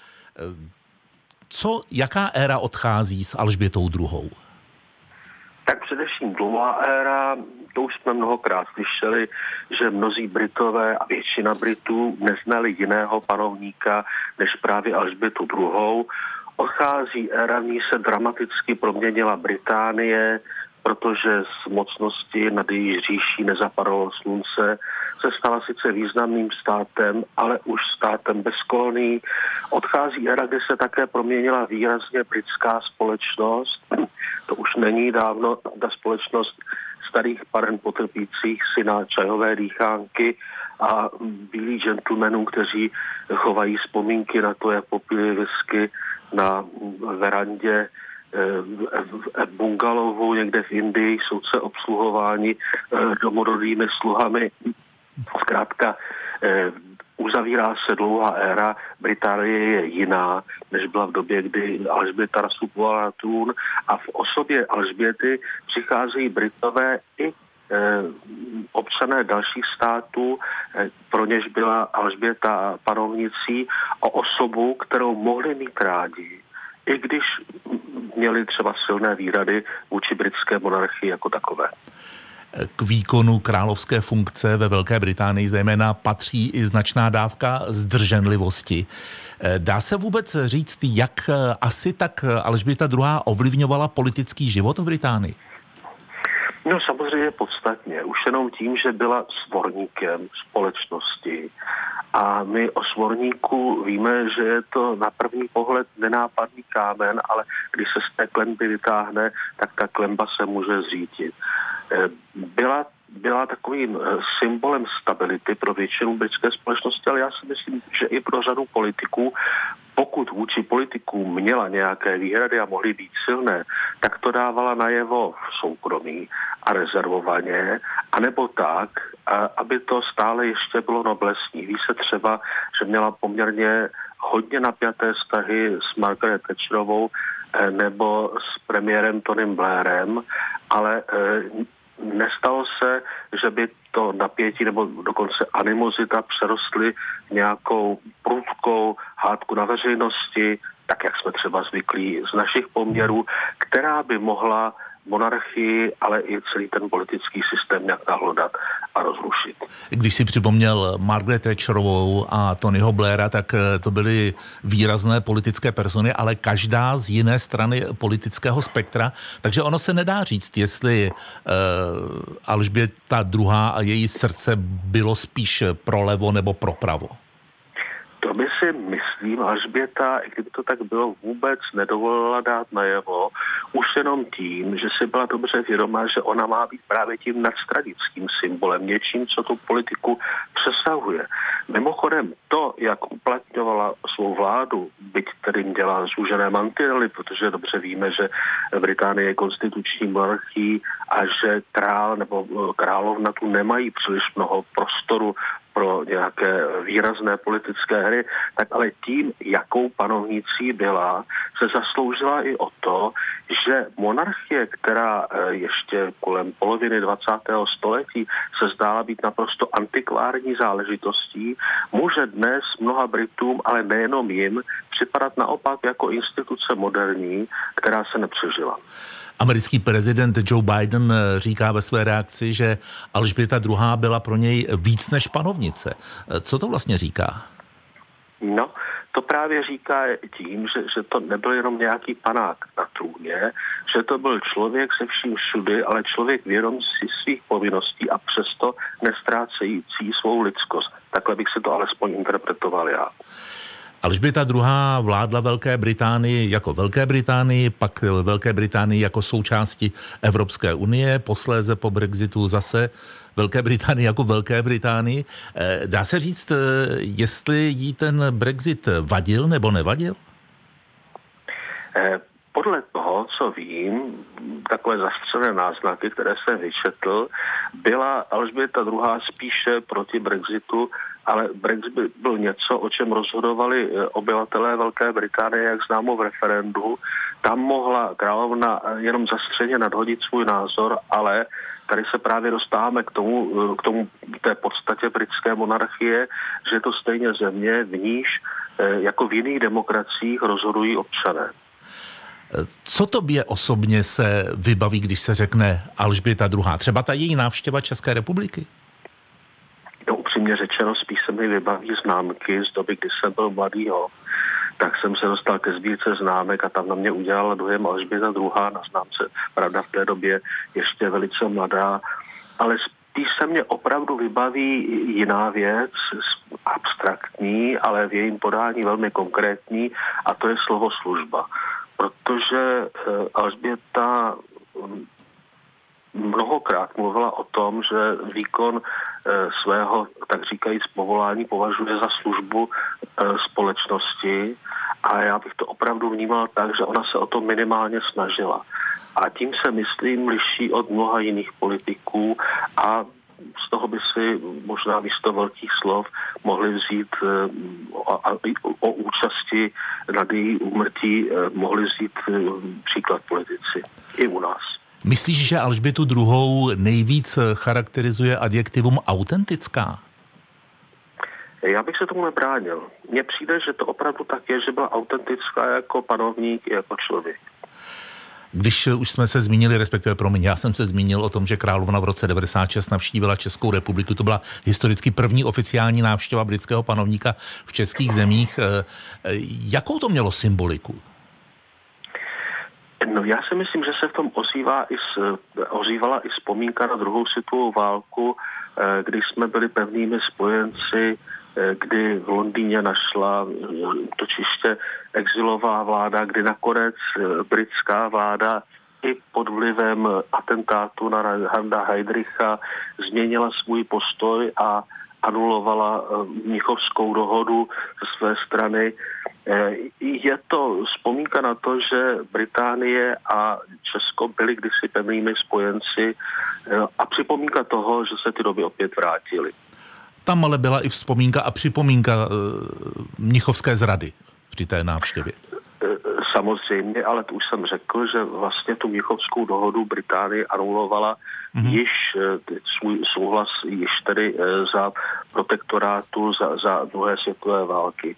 [SPEAKER 1] Co, jaká éra odchází s Alžbětou druhou?
[SPEAKER 16] Tak především dlouhá éra, to už jsme mnohokrát slyšeli, že mnozí Britové a většina Britů neznali jiného panovníka než právě Alžbětu druhou. Odchází éra, v ní se dramaticky proměnila Británie, protože z mocnosti nad její říší nezapadalo slunce, se stala sice významným státem, ale už státem bez kolonií. Odchází éra, kde se také proměnila výrazně britská společnost. To už není dávno ta společnost starých paren potrpících si na čajové dýchánky a bílí gentlemanů, kteří chovají vzpomínky na to, jak popili whisky na verandě v bungalovu někde v Indii, jsou se obsluhováni domorodými sluhami. Zkrátka uzavírá se dlouhá éra, Británie je jiná, než byla v době, kdy Alžběta nastupovala na trůn a v osobě Alžběty přicházejí Britové i občané dalších států, pro něž byla Alžběta panovnicí, o osobu, kterou mohli mít rádi, i když měli třeba silné výhrady vůči britské monarchii jako takové.
[SPEAKER 1] k výkonu královské funkce ve Velké Británii zejména patří i značná dávka zdrženlivosti. Dá se vůbec říct, jak asi tak Alžběta druhá. ovlivňovala politický život v Británii?
[SPEAKER 16] No samozřejmě podstatně. Už jenom tím, že byla svorníkem společnosti. A my o svorníku víme, že je to na první pohled nenápadný kámen, ale když se z té klenby vytáhne, tak ta klenba se může zřítit. Byla byla takovým symbolem stability pro většinu britské společnosti, ale já si myslím, že i pro řadu politiků, pokud vůči politikům měla nějaké výhrady a mohly být silné, tak to dávala najevo v soukromí a rezervovaně, anebo tak, aby to stále ještě bylo noblesní. Ví se třeba, že měla poměrně hodně napjaté vztahy s Margaret Thatcherovou nebo s premiérem Tonym Blairem, ale nestalo se, že by to napětí nebo dokonce animozita přerostly nějakou prudkou hádku na veřejnosti, tak jak jsme třeba zvyklí z našich poměrů, která by mohla monarchii, ale i celý ten politický systém nějak nahlodat a rozrušit.
[SPEAKER 1] Když si připomněl Margaret Thatcherovou a Tonyho Blaira, tak to byly výrazné politické persony, ale každá z jiné strany politického spektra, takže ono se nedá říct, jestli uh, Alžběta druhá. a její srdce bylo spíš prolevo nebo propravo.
[SPEAKER 16] To by si myslím, Alžběta, i kdyby to tak bylo, vůbec nedovolila dát najevo, už jenom tím, že si byla dobře vědomá, že ona má být právě tím nadstranickým symbolem, něčím, co tu politiku přesahuje. Mimochodem to, jak uplatňovala svou vládu, byť tedy dělá zúžené mantinely, protože dobře víme, že Británie je konstituční monarchií a že král nebo královna tu nemají příliš mnoho prostoru pro nějaké výrazné politické hry, tak ale tím, jakou panovnicí byla, se zasloužila i o to, že monarchie, která ještě kolem poloviny dvacátého století se zdála být naprosto antikvární záležitostí, může dnes mnoha Britům, ale nejenom jim, připadat naopak jako instituce moderní, která se nepřežila.
[SPEAKER 1] Americký prezident Joe Biden říká ve své reakci, že Alžběta druhá. byla pro něj víc než panovnice. Co to vlastně říká?
[SPEAKER 16] No, to právě říká tím, že, že to nebyl jenom nějaký panák na trůně, že to byl člověk se vším všudy, ale člověk vědom si svých povinností a přesto nestrácející svou lidskost. Takhle bych si to alespoň interpretoval já.
[SPEAKER 1] Alžběta druhá. vládla Velké Británii jako Velké Británii, pak Velké Británii jako součásti Evropské unie, posléze po Brexitu zase Velké Británii jako Velké Británii. Dá se říct, jestli jí ten Brexit vadil nebo nevadil?
[SPEAKER 16] Podle toho, co vím, takové zastřené náznaky, které jsem vyčetl, byla Alžběta druhá. spíše proti Brexitu, ale Brexit byl něco, o čem rozhodovali obyvatelé Velké Británie, jak známo v referendu. Tam mohla královna jenom zastřeně nadhodit svůj názor, ale tady se právě dostáváme k tomu, k tomu té podstatě britské monarchie, že je to stejně země, v níž jako v jiných demokraciích rozhodují občané.
[SPEAKER 1] Co tobě osobně se vybaví, když se řekne Alžběta druhá. Třeba ta její návštěva České republiky?
[SPEAKER 16] No, upřímně řečeno, spíš se mi vybaví známky z doby, kdy jsem byl mladýho. Tak jsem se dostal ke sbírce známek a tam na mě udělala dojem Alžběta druhá. na známce, pravda v té době ještě velice mladá, ale spíš se mě opravdu vybaví jiná věc, abstraktní, ale v jejím podání velmi konkrétní, a to je slovo služba. Protože Alžběta mnohokrát mluvila o tom, že výkon svého, tak říkajíc, povolání považuje za službu společnosti, a já bych to opravdu vnímal tak, že ona se o to minimálně snažila. A tím se, myslím, liší od mnoha jiných politiků a z toho by si možná místo velkých slov mohli vzít o, o účasti nad její úmrtí, mohli vzít příklad politici i u nás.
[SPEAKER 1] Myslíš, že Alžbětu druhou. nejvíc charakterizuje adjektivum autentická?
[SPEAKER 16] Já bych se tomu nebránil. Mně přijde, že to opravdu tak je, že byla autentická jako panovník i jako člověk.
[SPEAKER 1] Když už jsme se zmínili, respektive promiň, já jsem se zmínil o tom, že královna v roce devadesát šest navštívila Českou republiku, to byla historicky první oficiální návštěva britského panovníka v českých zemích. Jakou to mělo symboliku?
[SPEAKER 16] No já si myslím, že se v tom ozývá i s, ozývala i vzpomínka na druhou světovou válku, kdy jsme byli pevnými spojenci, kdy v Londýně našla točiště exilová vláda, kdy nakonec britská vláda i pod vlivem atentátu na Reinharda Heydricha změnila svůj postoj a anulovala Mnichovskou dohodu ze své strany. Je to vzpomínka na to, že Británie a Česko byly kdysi pevnými spojenci a připomínka toho, že se ty doby opět vrátily.
[SPEAKER 1] Tam ale byla i vzpomínka a připomínka e, mnichovské zrady při té návštěvě.
[SPEAKER 16] Samozřejmě, ale to už jsem řekl, že vlastně tu Mnichovskou dohodu Británie anulovala mm-hmm. již svůj souhlas již tedy za protektorátu za, za druhé světové války.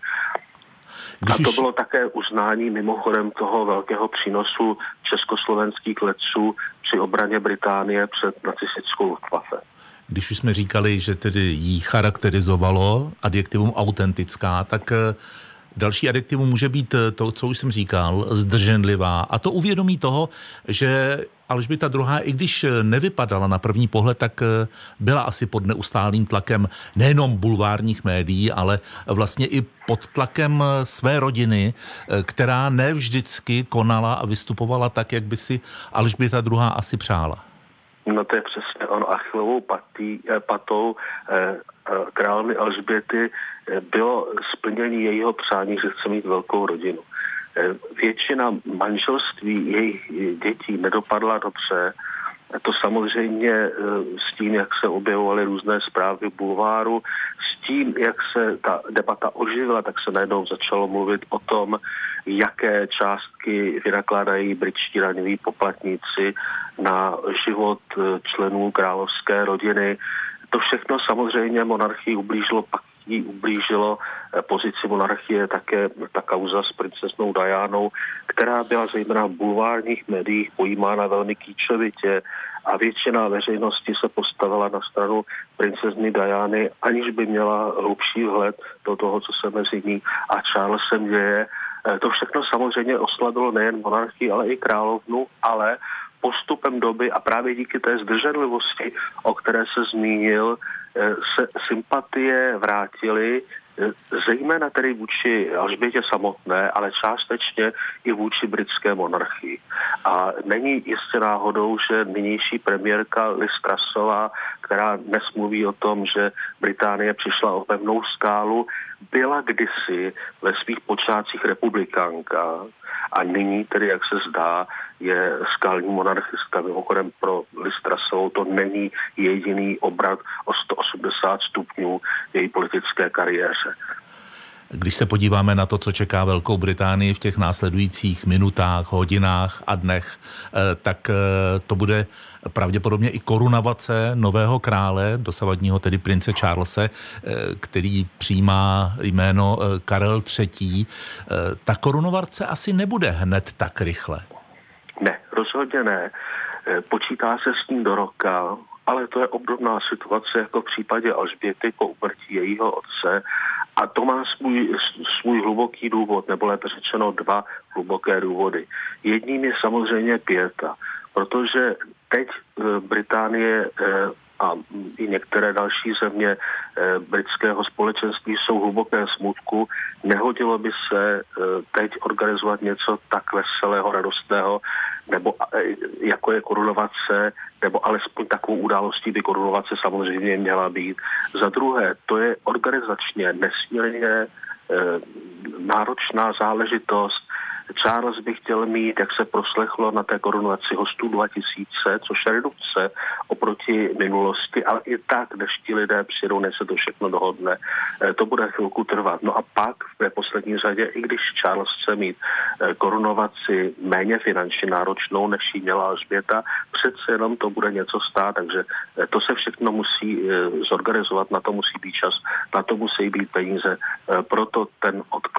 [SPEAKER 16] Když a to už... bylo také uznání mimochodem toho velkého přínosu československých letců při obraně Británie před nacistickou Luftwaffe.
[SPEAKER 1] Když už jsme říkali, že tedy jí charakterizovalo adjektivum autentická, tak další adjektivum může být to, co už jsem říkal, zdrženlivá. A to uvědomí toho, že Alžběta druhá., i když nevypadala na první pohled, tak byla asi pod neustálým tlakem nejenom bulvárních médií, ale vlastně i pod tlakem své rodiny, která ne vždycky konala a vystupovala tak, jak by si Alžběta druhá. asi přála.
[SPEAKER 16] No to je přesně ono. Achillovou patí, patou eh, královny Alžběty bylo splnění jejího přání, že chce mít velkou rodinu. Eh, většina manželství jejich dětí nedopadla dobře. To samozřejmě eh, s tím, jak se objevovaly různé zprávy bulváru, s tím, jak se ta debata oživila, tak se najednou začalo mluvit o tom, jaké částky vynakládají britští daňoví poplatníci na život členů královské rodiny. To všechno samozřejmě monarchii ublížilo, pak jí ublížilo pozici monarchie také ta kauza s princeznou Dianou, která byla zejména v bulvárních médiích pojímána velmi kýčovitě a většina veřejnosti se postavila na stranu princezny Diany, aniž by měla hlubší vhled do toho, co se mezi ní a Charlesem děje. To všechno samozřejmě oslabilo nejen monarchii, ale i královnu, ale postupem doby a právě díky té zdrženlivosti, o které se zmínil, se sympatie vrátily, zejména tedy vůči Alžbětě samotné, ale částečně i vůči britské monarchii. A není jistě náhodou, že nynější premiérka Liz Trussová, která dnes mluví o tom, že Británie přišla o pevnou skálu, byla kdysi ve svých počátcích republikánka a nyní tedy, jak se zdá, je skalní monarchistka. Mimochodem pro Liz Trussovou to není jediný obrat o sto osmdesát stupňů její politické kariéře.
[SPEAKER 1] Když se podíváme na to, co čeká Velkou Británii v těch následujících minutách, hodinách a dnech, tak to bude pravděpodobně i korunovace nového krále, dosavadního tedy prince Charlese, který přijímá jméno Karel třetí. Ta korunovace asi nebude hned tak rychle.
[SPEAKER 16] Ne, rozhodně ne. Počítá se s tím do roka, ale to je obdobná situace jako v případě Alžběty po úmrtí jejího otce a to má svůj, svůj hluboký důvod, nebo lépe řečeno dva hluboké důvody. Jedním je samozřejmě pieta, protože teď Británie a i některé další země britského společenství jsou hluboké smutku. Nehodilo by se teď organizovat něco tak veselého, radostného, nebo jako je korunovace, nebo alespoň takovou událostí by korunovace samozřejmě měla být. Za druhé, to je organizačně nesmírně náročná záležitost. Charles by chtěl mít, jak se proslechlo na té korunovaci hostů dva tisíce, což je redukce oproti minulosti, ale i tak, než ti lidé přijedou, než se to všechno dohodne, to bude chvilku trvat. No a pak v neposlední řadě, i když Charles chce mít korunovaci méně finančně náročnou, než ji měla Alžběta, přece jenom to bude něco stát, takže to se všechno musí zorganizovat, na to musí být čas, na to musí být peníze, proto ten odklad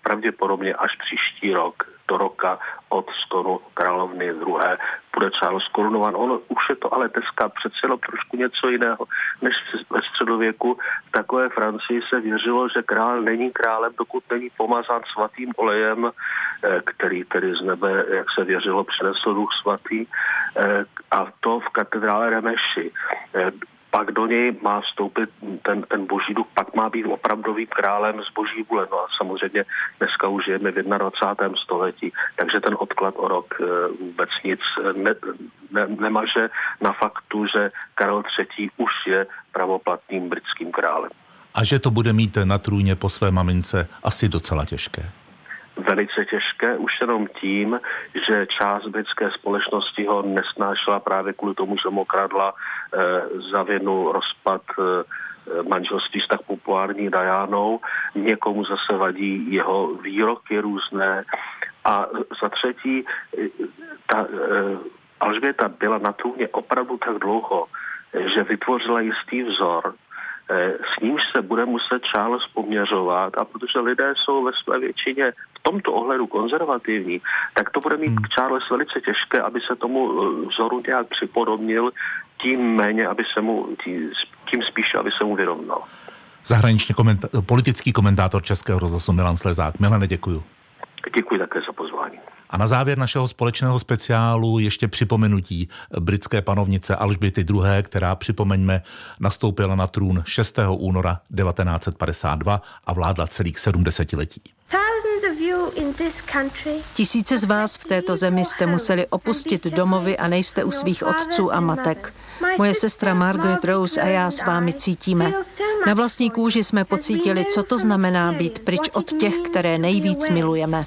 [SPEAKER 16] pravděpodobně až příští rok, do roka od skonu královny druhé bude Charles korunován. Ono už je to ale dneska přece jenom trošku něco jiného, než ve středověku. V takové Francii se věřilo, že král není králem, dokud není pomazán svatým olejem, který tedy z nebe, jak se věřilo, přinesl Duch svatý, a to v katedrále Remeši. Pak do něj má vstoupit ten, ten boží duch, pak má být opravdovým králem z boží vůle. No a samozřejmě dneska už žijeme v dvacátém prvním století, takže ten odklad o rok vůbec nic ne, ne, nemaže na faktu, že Karel třetí už je pravoplatným britským králem.
[SPEAKER 1] A že to bude mít na trůně po své mamince asi docela těžké.
[SPEAKER 16] Velice těžké, už jenom tím, že část britské společnosti ho nesnášela právě kvůli tomu, že mu kradla eh, za vinu rozpad eh, manželství s tak populární Dianou. Někomu zase vadí jeho výroky různé. A za třetí, ta eh, Alžběta byla na trůně opravdu tak dlouho, že vytvořila jistý vzor, s nímž se bude muset Charles poměřovat, a protože lidé jsou ve své většině v tomto ohledu konzervativní, tak to bude mít hmm. Charles velice těžké, aby se tomu vzoru nějak připodobnil, tím méně, aby se mu, tím, tím spíše, aby se mu vyrovnal.
[SPEAKER 1] Zahraničně komentá- politický komentátor Českého rozhlasu Milan Slezák. Milane, děkuju.
[SPEAKER 16] Děkuji také za pozvání.
[SPEAKER 1] A na závěr našeho společného speciálu ještě připomenutí britské panovnice Alžběty druhé., která, připomeňme, nastoupila na trůn šestého února devatenáct set padesát dva a vládla celých sedm desetiletí.
[SPEAKER 17] Tisíce z vás v této zemi jste museli opustit domovy a nejste u svých otců a matek. Moje sestra Margaret Rose a já s vámi cítíme. Na vlastní kůži jsme pocítili, co to znamená být pryč od těch, které nejvíc milujeme.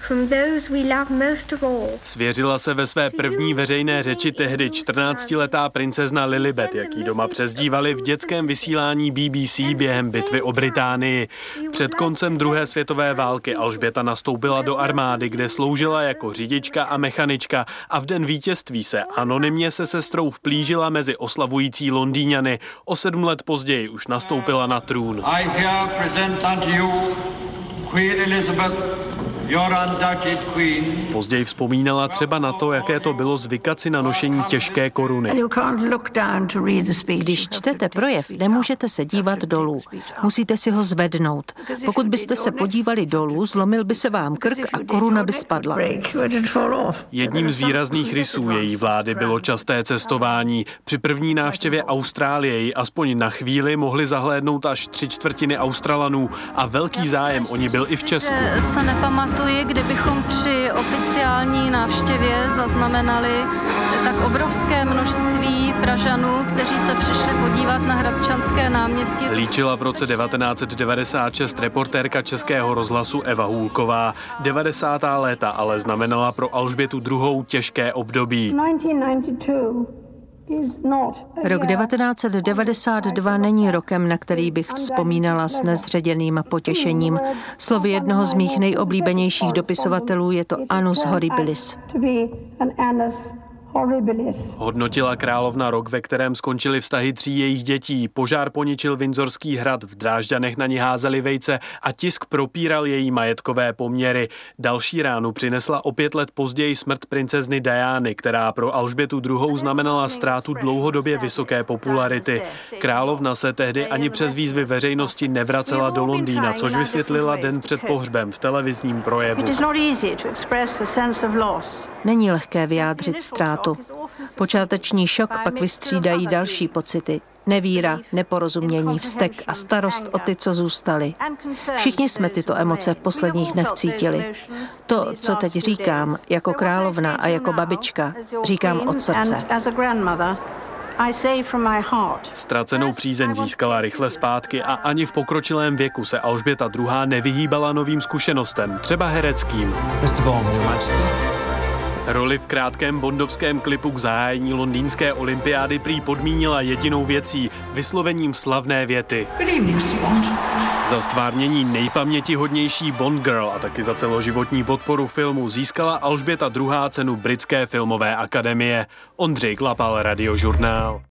[SPEAKER 18] Svěřila se ve své první veřejné řeči tehdy čtrnáctiletá princezna Lilibet, jak jí doma přezdívali v dětském vysílání B B C během bitvy o Británii. Před koncem druhé světové války Alžběta nastoupila do armády, kde sloužila jako řidička a mechanička, a v den vítězství se anonymně se sestrou vplížila mezi oslavující Londýňany. O sedm let později už nastoupila na trůn. I here present unto you Queen Elizabeth, your undoubted queen. Později vzpomínala třeba na to, jaké to bylo zvykat si na nošení těžké koruny.
[SPEAKER 17] Když čtete projev, nemůžete se dívat dolů. Musíte si ho zvednout. Pokud byste se podívali dolů, zlomil by se vám krk a koruna by spadla.
[SPEAKER 18] Jedním z výrazných rysů její vlády bylo časté cestování. Při první návštěvě Austrálie ji aspoň na chvíli mohli zahlédnout až tři čtvrtiny Australanů a velký zájem o ní byl i v Česku.
[SPEAKER 19] Se nepamatuji, kdybychom při oficiální návštěvě zaznamenali tak obrovské množství Pražanů, kteří se přišli podívat na Hradčanské náměstí.
[SPEAKER 18] Líčila v roce devatenáct set devadesát šest reportérka Českého rozhlasu Eva Hůlková. devadesátá léta ale znamenala pro Alžbětu druhou těžké období.
[SPEAKER 17] Rok devatenáct set devadesát dva není rokem, na který bych vzpomínala s nezředěným potěšením. Slovy jednoho z mých nejoblíbenějších dopisovatelů je to annus horribilis.
[SPEAKER 18] Hodnotila královna rok, ve kterém skončily vztahy tří jejich dětí. Požár poničil Windsorský hrad, v Drážďanech na ní házeli vejce a tisk propíral její majetkové poměry. Další ránu přinesla o pět let později smrt princezny Diany, která pro Alžbětu druhou znamenala ztrátu dlouhodobě vysoké popularity. Královna se tehdy ani přes výzvy veřejnosti nevracela do Londýna, což vysvětlila den před pohřbem v televizním projevu.
[SPEAKER 17] Není lehké vyjádřit ztrátu. Počáteční šok pak vystřídají další pocity. Nevíra, neporozumění, vztek a starost o ty, co zůstali. Všichni jsme tyto emoce v posledních dnech cítili. To, co teď říkám, jako královna a jako babička, říkám od srdce.
[SPEAKER 18] Ztracenou přízeň získala rychle zpátky a ani v pokročilém věku se Alžběta druhá. nevyhýbala novým zkušenostem, třeba hereckým. Roli v krátkém bondovském klipu k zahájení londýnské olympiády prý podmínila jedinou věcí, vyslovením slavné věty. Za stvárnění nejpamětihodnější Bond Girl a taky za celoživotní podporu filmu získala Alžběta druhá. cenu Britské filmové akademie. Ondřej Klapal, Radiožurnál.